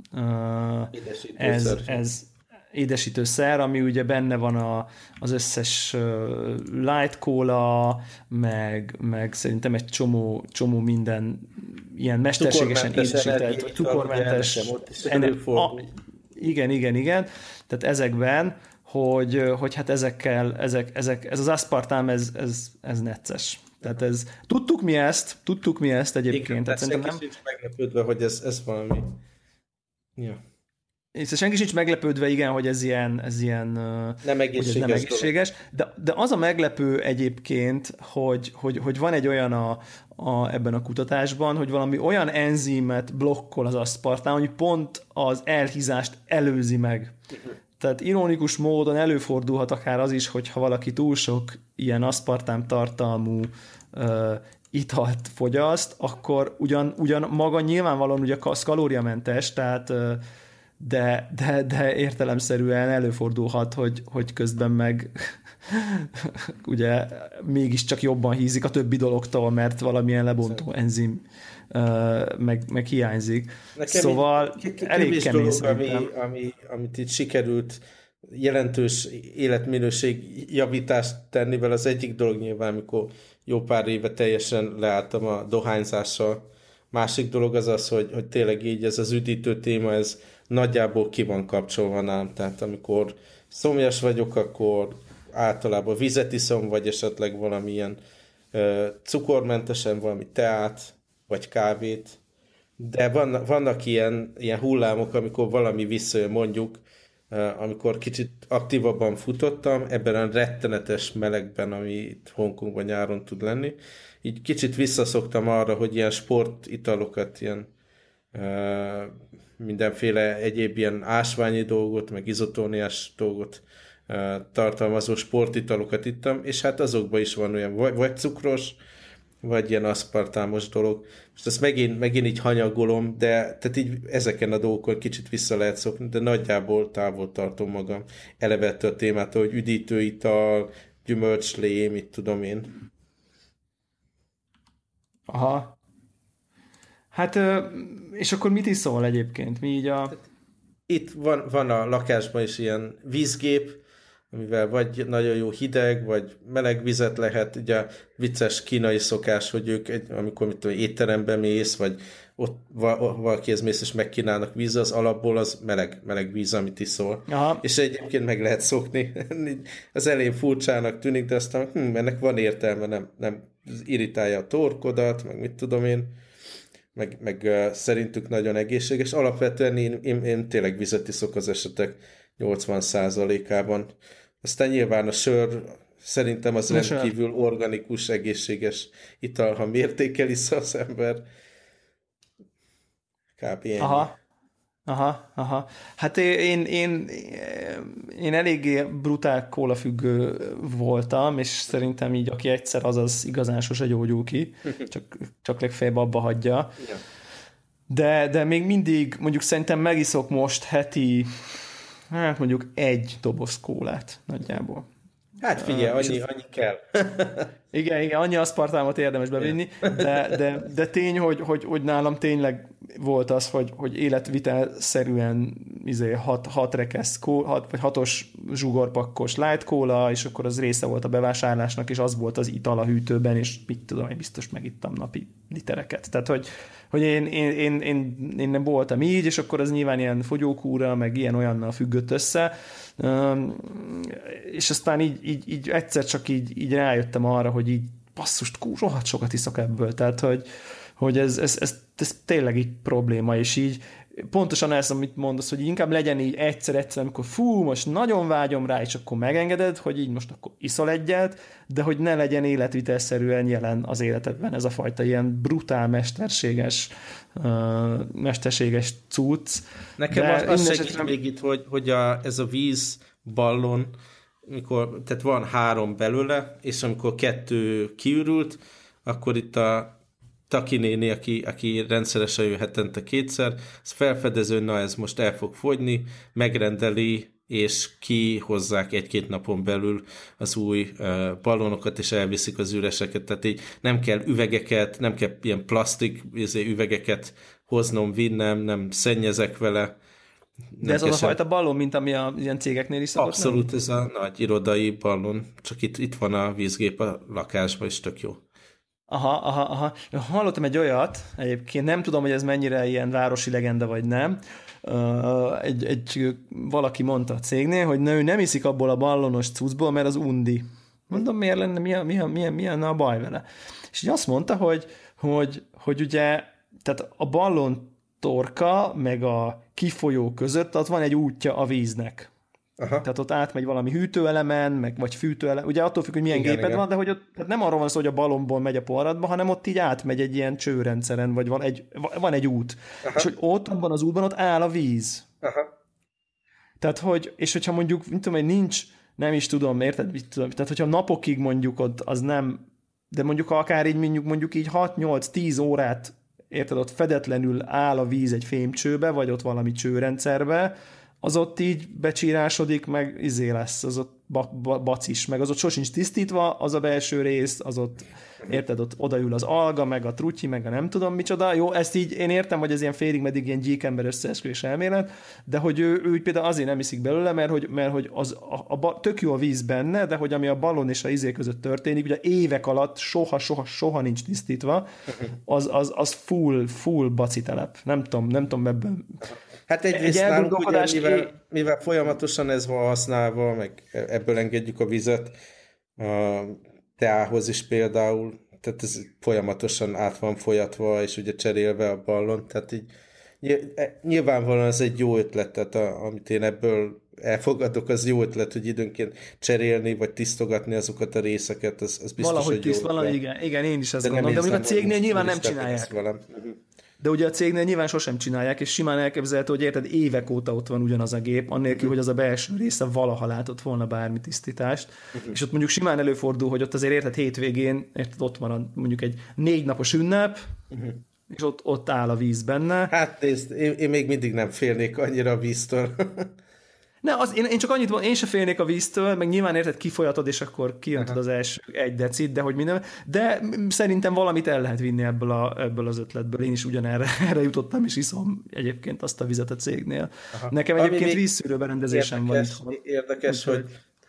Speaker 1: ez, ez édesítőszer, ami ugye benne van a, az összes light cola, meg, meg szerintem egy csomó, csomó minden ilyen mesterségesen édesített, vagy cukormentes. Igen, igen, igen. Tehát ezekben Hogy, hogy hát ezekkel, ezek, ezek, ez az aszpartám, ez, ez, ez necces. Tehát ez, tudtuk mi ezt, tudtuk mi ezt egyébként. Igen,
Speaker 2: tehát senki nem... sincs meglepődve, hogy ez, ez valami... Ja.
Speaker 1: És senki sincs meglepődve, igen, hogy ez ilyen, ez ilyen
Speaker 2: nem egészséges,
Speaker 1: nem egészséges. De, de az a meglepő egyébként, hogy, hogy, hogy van egy olyan a, a, ebben a kutatásban, hogy valami olyan enzímet blokkol az aszpartám, hogy pont az elhízást előzi meg. Uh-huh. Tehát ironikus módon előfordulhat akár az is, hogyha valaki túl sok ilyen aszpartám tartalmú uh, italt fogyaszt, akkor ugyan, ugyan maga nyilvánvalóan ugye kalóriamentes, tehát uh, de, de, de értelemszerűen előfordulhat, hogy, hogy közben meg ugye mégiscsak jobban hízik a többi dologtól, mert valamilyen lebontó enzim uh, meg, meg hiányzik.
Speaker 2: Nekem
Speaker 1: szóval
Speaker 2: így,
Speaker 1: elég kemény
Speaker 2: dolog, ami, ami, amit itt sikerült jelentős életminőség javítást tenni vele, az egyik dolog nyilván, amikor jó pár éve teljesen leálltam a dohányzással, Másik dolog az az, hogy, hogy tényleg így ez az üdítő téma, ez nagyjából ki van kapcsolva nálam. Tehát amikor szomjas vagyok, akkor általában vizet iszom, vagy esetleg valamilyen uh, cukormentesen valami teát, vagy kávét. De vannak, vannak ilyen, ilyen hullámok, amikor valami visszajön, mondjuk, uh, amikor kicsit aktívabban futottam, ebben a rettenetes melegben, ami itt Hongkongban nyáron tud lenni, így kicsit visszaszoktam arra, hogy ilyen sportitalokat, ilyen uh, mindenféle egyéb ilyen ásványi dolgot, meg izotóniás dolgot uh, tartalmazó sportitalokat ittam, és hát azokban is van olyan vagy, vagy cukros, vagy ilyen aszpartámos dolog. Most ezt megint, megint így hanyagolom, de tehát így ezeken a dolgokon kicsit vissza lehet szokni, de nagyjából távol tartom magam elevettől a témától, hogy üdítőital, gyümölcslé, mit tudom én.
Speaker 1: Aha. Hát, és akkor mit iszol egyébként? Mi így a...
Speaker 2: Itt van, van a lakásban is ilyen vízgép, amivel vagy nagyon jó hideg, vagy meleg vizet lehet, ugye vicces kínai szokás, hogy ők, egy, amikor mit tudom, étterembe mész, vagy ott valakihez mész, és megkínálnak víz, az alapból az meleg, meleg víz, amit iszol. Aha. És egyébként meg lehet szokni. Az elején furcsának tűnik, de aztán hm, ennek van értelme, nem, nem irritálja a torkodat, meg mit tudom én, meg, meg uh, szerintük nagyon egészséges. Alapvetően én, én, én tényleg vizet iszok az esetek nyolcvan százalékában. Aztán nyilván a sör szerintem az rendkívül organikus, egészséges ital, ha mértékkel iszza az ember. Kb. Ennyi.
Speaker 1: Aha. Aha, aha. Hát én, én, én eléggé brutál kólafüggő voltam, és szerintem így, aki egyszer az, az igazán sose gyógyul ki, csak, csak legfeljebb abba hagyja. Ja. De, de még mindig, mondjuk szerintem megiszok most heti, hát mondjuk egy doboz kólát nagyjából.
Speaker 2: Hát figyelj, annyi, annyi kell.
Speaker 1: Igen, igen, annyi aszpartámot érdemes bevinni, de, de, de tény, hogy, hogy, hogy nálam tényleg volt az, hogy, hogy életvitelszerűen izé, hat, hat rekesz, hat, vagy hatos zsugorpakkos light cola, és akkor az része volt a bevásárlásnak, és az volt az ital a hűtőben, és mit tudom, én biztos megittam napi litereket. Tehát, hogy, hogy én, én, én, én, én nem voltam így, és akkor az nyilván ilyen fogyókúra, meg ilyen-olyannal függött össze, és aztán így, így, így egyszer csak így, így rájöttem arra, hogy így basszust, rohadt sokat iszok ebből, tehát hogy, hogy ez, ez, ez, ez tényleg így probléma, és így pontosan ez, amit mondasz, hogy inkább legyen így egyszer-egyszer, amikor fú, most nagyon vágyom rá, és akkor megengeded, hogy így most akkor iszol egyet, de hogy ne legyen életvitelszerűen jelen az életedben ez a fajta ilyen brutál, mesterséges uh, mesterséges cucc.
Speaker 2: Nekem de az, az segít esetben... még itt, hogy, hogy a, ez a vízballon, mikor, tehát van három belőle, és amikor kettő kiürült, akkor itt a Taki néni, aki, aki rendszeresen jön hetente kétszer, az felfedező, na ez most el fog fogyni, megrendeli, és kihozzák egy-két napon belül az új uh, ballonokat, és elviszik az üreseket. Tehát így nem kell üvegeket, nem kell ilyen plastik üvegeket hoznom, vinnem, nem szennyezek vele.
Speaker 1: De ez az a fajta ballon, mint ami a ilyen cégeknél is szokott?
Speaker 2: Abszolút, nem? Ez a nagy irodai ballon, csak itt, itt van a vízgép a lakásban, és tök jó.
Speaker 1: Aha, aha, aha. Hallottam egy olyat, egyébként nem tudom, hogy ez mennyire ilyen városi legenda, vagy nem. Uh, egy, egy, valaki mondta a cégnél, hogy ő nem iszik abból a ballonos cuccból, mert az undi. Mondom, miért lenne, milyen, milyen, milyen, milyen a baj vele? És így azt mondta, hogy, hogy, hogy ugye, tehát a ballon torka, meg a kifolyó között, ott van egy útja a víznek. Aha. Tehát ott átmegy valami hűtőelemen, meg vagy fűtőelemen, ugye attól függ, hogy milyen igen, géped igen. van, de hogy ott tehát nem arról van szó, hogy a ballonból megy a porradba, hanem ott így átmegy egy ilyen csőrendszeren, vagy van egy, van egy út. Aha. És hogy ott, abban az útban ott áll a víz. Aha. Tehát, hogy, és hogyha mondjuk, mint tudom, hogy nincs, nem is tudom, érted? Tudom, tehát, hogyha napokig mondjuk ott az nem, de mondjuk akár így mondjuk, mondjuk így hat nyolc tíz órát, érted, ott fedetlenül áll a víz egy fémcsőbe, vagy ott valami csőrendszerbe, az ott így becsírásodik, meg izé lesz, az ott ba- ba- bacis, meg az ott sosincs tisztítva, az a belső rész, az ott, érted, ott odaül az alga, meg a trutyi, meg a nem tudom micsoda. Jó, ezt így én értem, hogy ez ilyen félig meddig ilyen gyíkember összeesküvés elmélet, de hogy ő, ő például azért nem iszik belőle, mert hogy, mert hogy az, a, a, tök jó a víz benne, de hogy ami a ballon és a izé között történik, ugye évek alatt soha, soha, soha nincs tisztítva, az, az, az full, full bacitelep. Nem tudom, nem tudom ebből.
Speaker 2: Hát egyrészt egy nálunk ugye, mivel, mivel folyamatosan ez van használva, meg ebből engedjük a vizet, a teához is például, tehát ez folyamatosan át van folyatva, és ugye cserélve a ballon, tehát így nyilvánvalóan ez egy jó ötlet, tehát a, amit én ebből elfogadok, az jó ötlet, hogy időnként cserélni, vagy tisztogatni azokat a részeket, az, az biztos,
Speaker 1: valahogy
Speaker 2: hogy jó
Speaker 1: tiszt, valahogy igen, igen, én is ezt
Speaker 2: de
Speaker 1: gondolom, de mondjuk a cégnél nyilván nem csinálják.
Speaker 2: Uh-huh.
Speaker 1: De ugye a cégnél nyilván sosem csinálják, és simán elképzelhető, hogy érted, évek óta ott van ugyanaz a gép, annélkül, uh-huh. hogy az a belső része valaha látott volna bármi tisztítást. Uh-huh. És ott mondjuk simán előfordul, hogy ott azért érted hétvégén, érted, ott van a, mondjuk egy négy napos ünnep, uh-huh. és ott, ott áll a víz benne.
Speaker 2: Hát nézd, én, én még mindig nem félnék annyira a víztől.
Speaker 1: Ne, az, én, én csak annyit mondom, én se félnék a víztől, meg nyilván érted, kifolyatod, és akkor kijöntod az első egy decit, de hogy minden, de szerintem valamit el lehet vinni ebből, a, ebből az ötletből. Én is ugyanerre erre jutottam, és iszom egyébként azt a vizet a cégnél. Aha. Nekem Ami egyébként vízszűrő berendezésem van itthon.
Speaker 2: Érdekes, hogy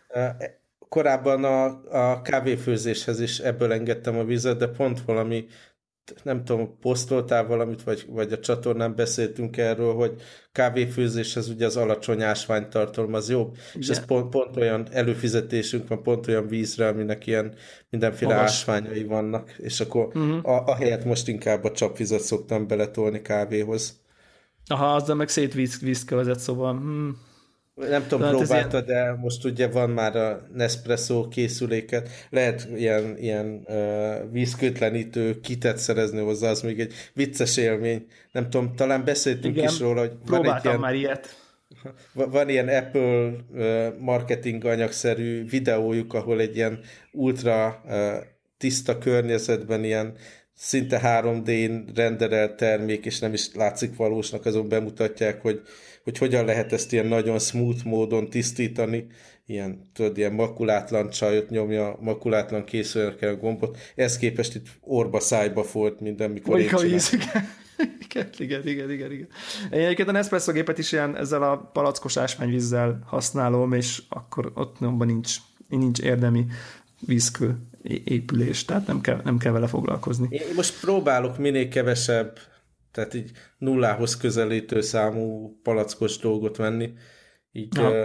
Speaker 2: korábban a, a kávéfőzéshez is ebből engedtem a vizet, de pont valami, nem tudom, posztoltál valamit, vagy, vagy a csatornán beszéltünk erről, hogy kávéfőzéshez ugye az alacsony ásványtartalom az jobb, igen. És ez pont, pont olyan előfizetésünk van, pont olyan vízre, aminek ilyen mindenféle magas ásványai vannak, és akkor uh-huh. a, a helyet most inkább a csapvizet szoktam beletolni kávéhoz.
Speaker 1: Aha, azzal meg szétvízkövezett, szóval... Hmm.
Speaker 2: Nem tudom, hát próbáltad, ilyen... de most ugye van már a Nespresso készüléket, lehet ilyen, ilyen uh, vízkötlenítő kitet szerezni hozzá, az még egy vicces élmény. Nem tudom, talán beszéltünk
Speaker 1: igen,
Speaker 2: is róla, hogy
Speaker 1: próbáltam van ilyen, már ilyet.
Speaker 2: Van ilyen Apple uh, marketing anyagszerű videójuk, ahol egy ilyen ultra uh, tiszta környezetben ilyen szinte három dén renderelt termék, és nem is látszik valósnak, azon bemutatják, hogy hogy hogyan lehet ezt ilyen nagyon smooth módon tisztítani, ilyen, tudod, ilyen makulátlan csajot nyomja, makulátlan készülnek el a gombot, ezt képest itt orba szájba folyt minden, mikor én csinálom.
Speaker 1: Igen, igen, igen, igen, igen. Én egyébként a Nespresso gépet is ilyen ezzel a palackos ásványvízzel használom, és akkor ott nyomban nincs, nincs érdemi vízkő épülés, tehát nem kell, nem kell vele foglalkozni.
Speaker 2: Én most próbálok minél kevesebb, tehát így nullához közelítő számú palackos dolgot venni. Így uh,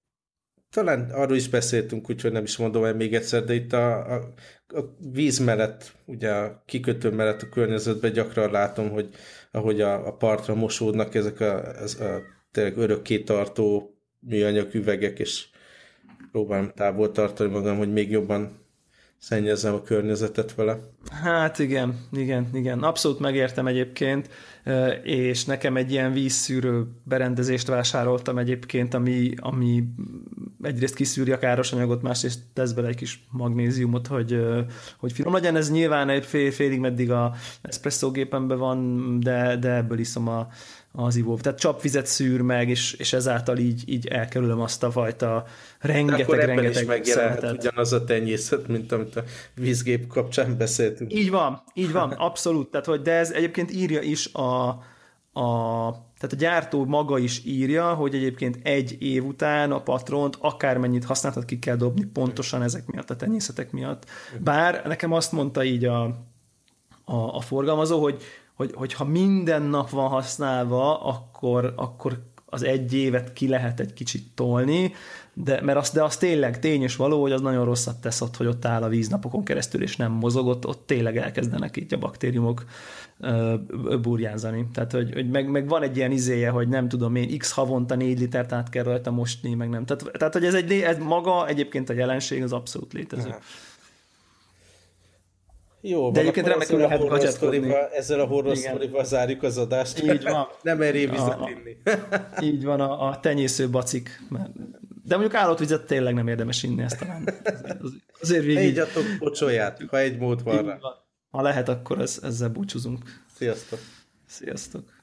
Speaker 2: talán arról is beszéltünk, úgyhogy nem is mondom el még egyszer, de itt a, a, a víz mellett, ugye a kikötő mellett a környezetben gyakran látom, hogy ahogy a, a partra mosódnak ezek a, ez a tényleg örökké tartó műanyag üvegek, és próbálom távol tartani magam, hogy még jobban szennyezzem a környezetet vele.
Speaker 1: Hát igen, igen, igen. Abszolút megértem egyébként, és nekem egy ilyen vízszűrő berendezést vásároltam egyébként, ami, ami egyrészt kiszűri a káros anyagot, másrészt tesz bele egy kis magnéziumot, hogy, hogy finom legyen. Ez nyilván egy fél, félig meddig a espresso gépemben van, de, de ebből iszom a az ivó. Tehát csapvizet szűr meg, és, és ezáltal így, így elkerülöm azt a fajta rengeteg-rengeteg
Speaker 2: szemetet. Ugyanaz a tenyészet, mint amit a vízgép kapcsán beszéltünk.
Speaker 1: Így van, így van, abszolút. Tehát, hogy de ez egyébként írja is a, a tehát a gyártó maga is írja, hogy egyébként egy év után a patront akármennyit használtat ki kell dobni pontosan ezek miatt, a tenyészetek miatt. Bár nekem azt mondta így a, a, a forgalmazó, hogy Hogy, hogyha minden nap van használva, akkor, akkor az egy évet ki lehet egy kicsit tolni, de, mert az, de az tényleg tény és való, hogy az nagyon rosszat tesz ott, hogy ott áll a víz napokon keresztül, és nem mozog, ott, ott tényleg elkezdenek így a baktériumok ö, burjánzani. Tehát, hogy, hogy meg, meg van egy ilyen izéje, hogy nem tudom én, x havonta négy litert át kell rajta mosni, meg nem. Tehát, tehát hogy ez, egy, ez maga egyébként a jelenség, az abszolút létező.
Speaker 2: Jó,
Speaker 1: de egyébként remekül lehet gadgetkodni.
Speaker 2: Ezzel a horror sztorival zárjuk az adást.
Speaker 1: Így van.
Speaker 2: Nem merjél vizet inni.
Speaker 1: Így van, a, a tenyésző bacik. De mondjuk állotvizet tényleg nem érdemes inni, ezt talán. Az, azért végig...
Speaker 2: Egyatok pocsolyát, ha egy mód van rá.
Speaker 1: Ha lehet, akkor ez, ezzel búcsúzunk.
Speaker 2: Sziasztok.
Speaker 1: Sziasztok.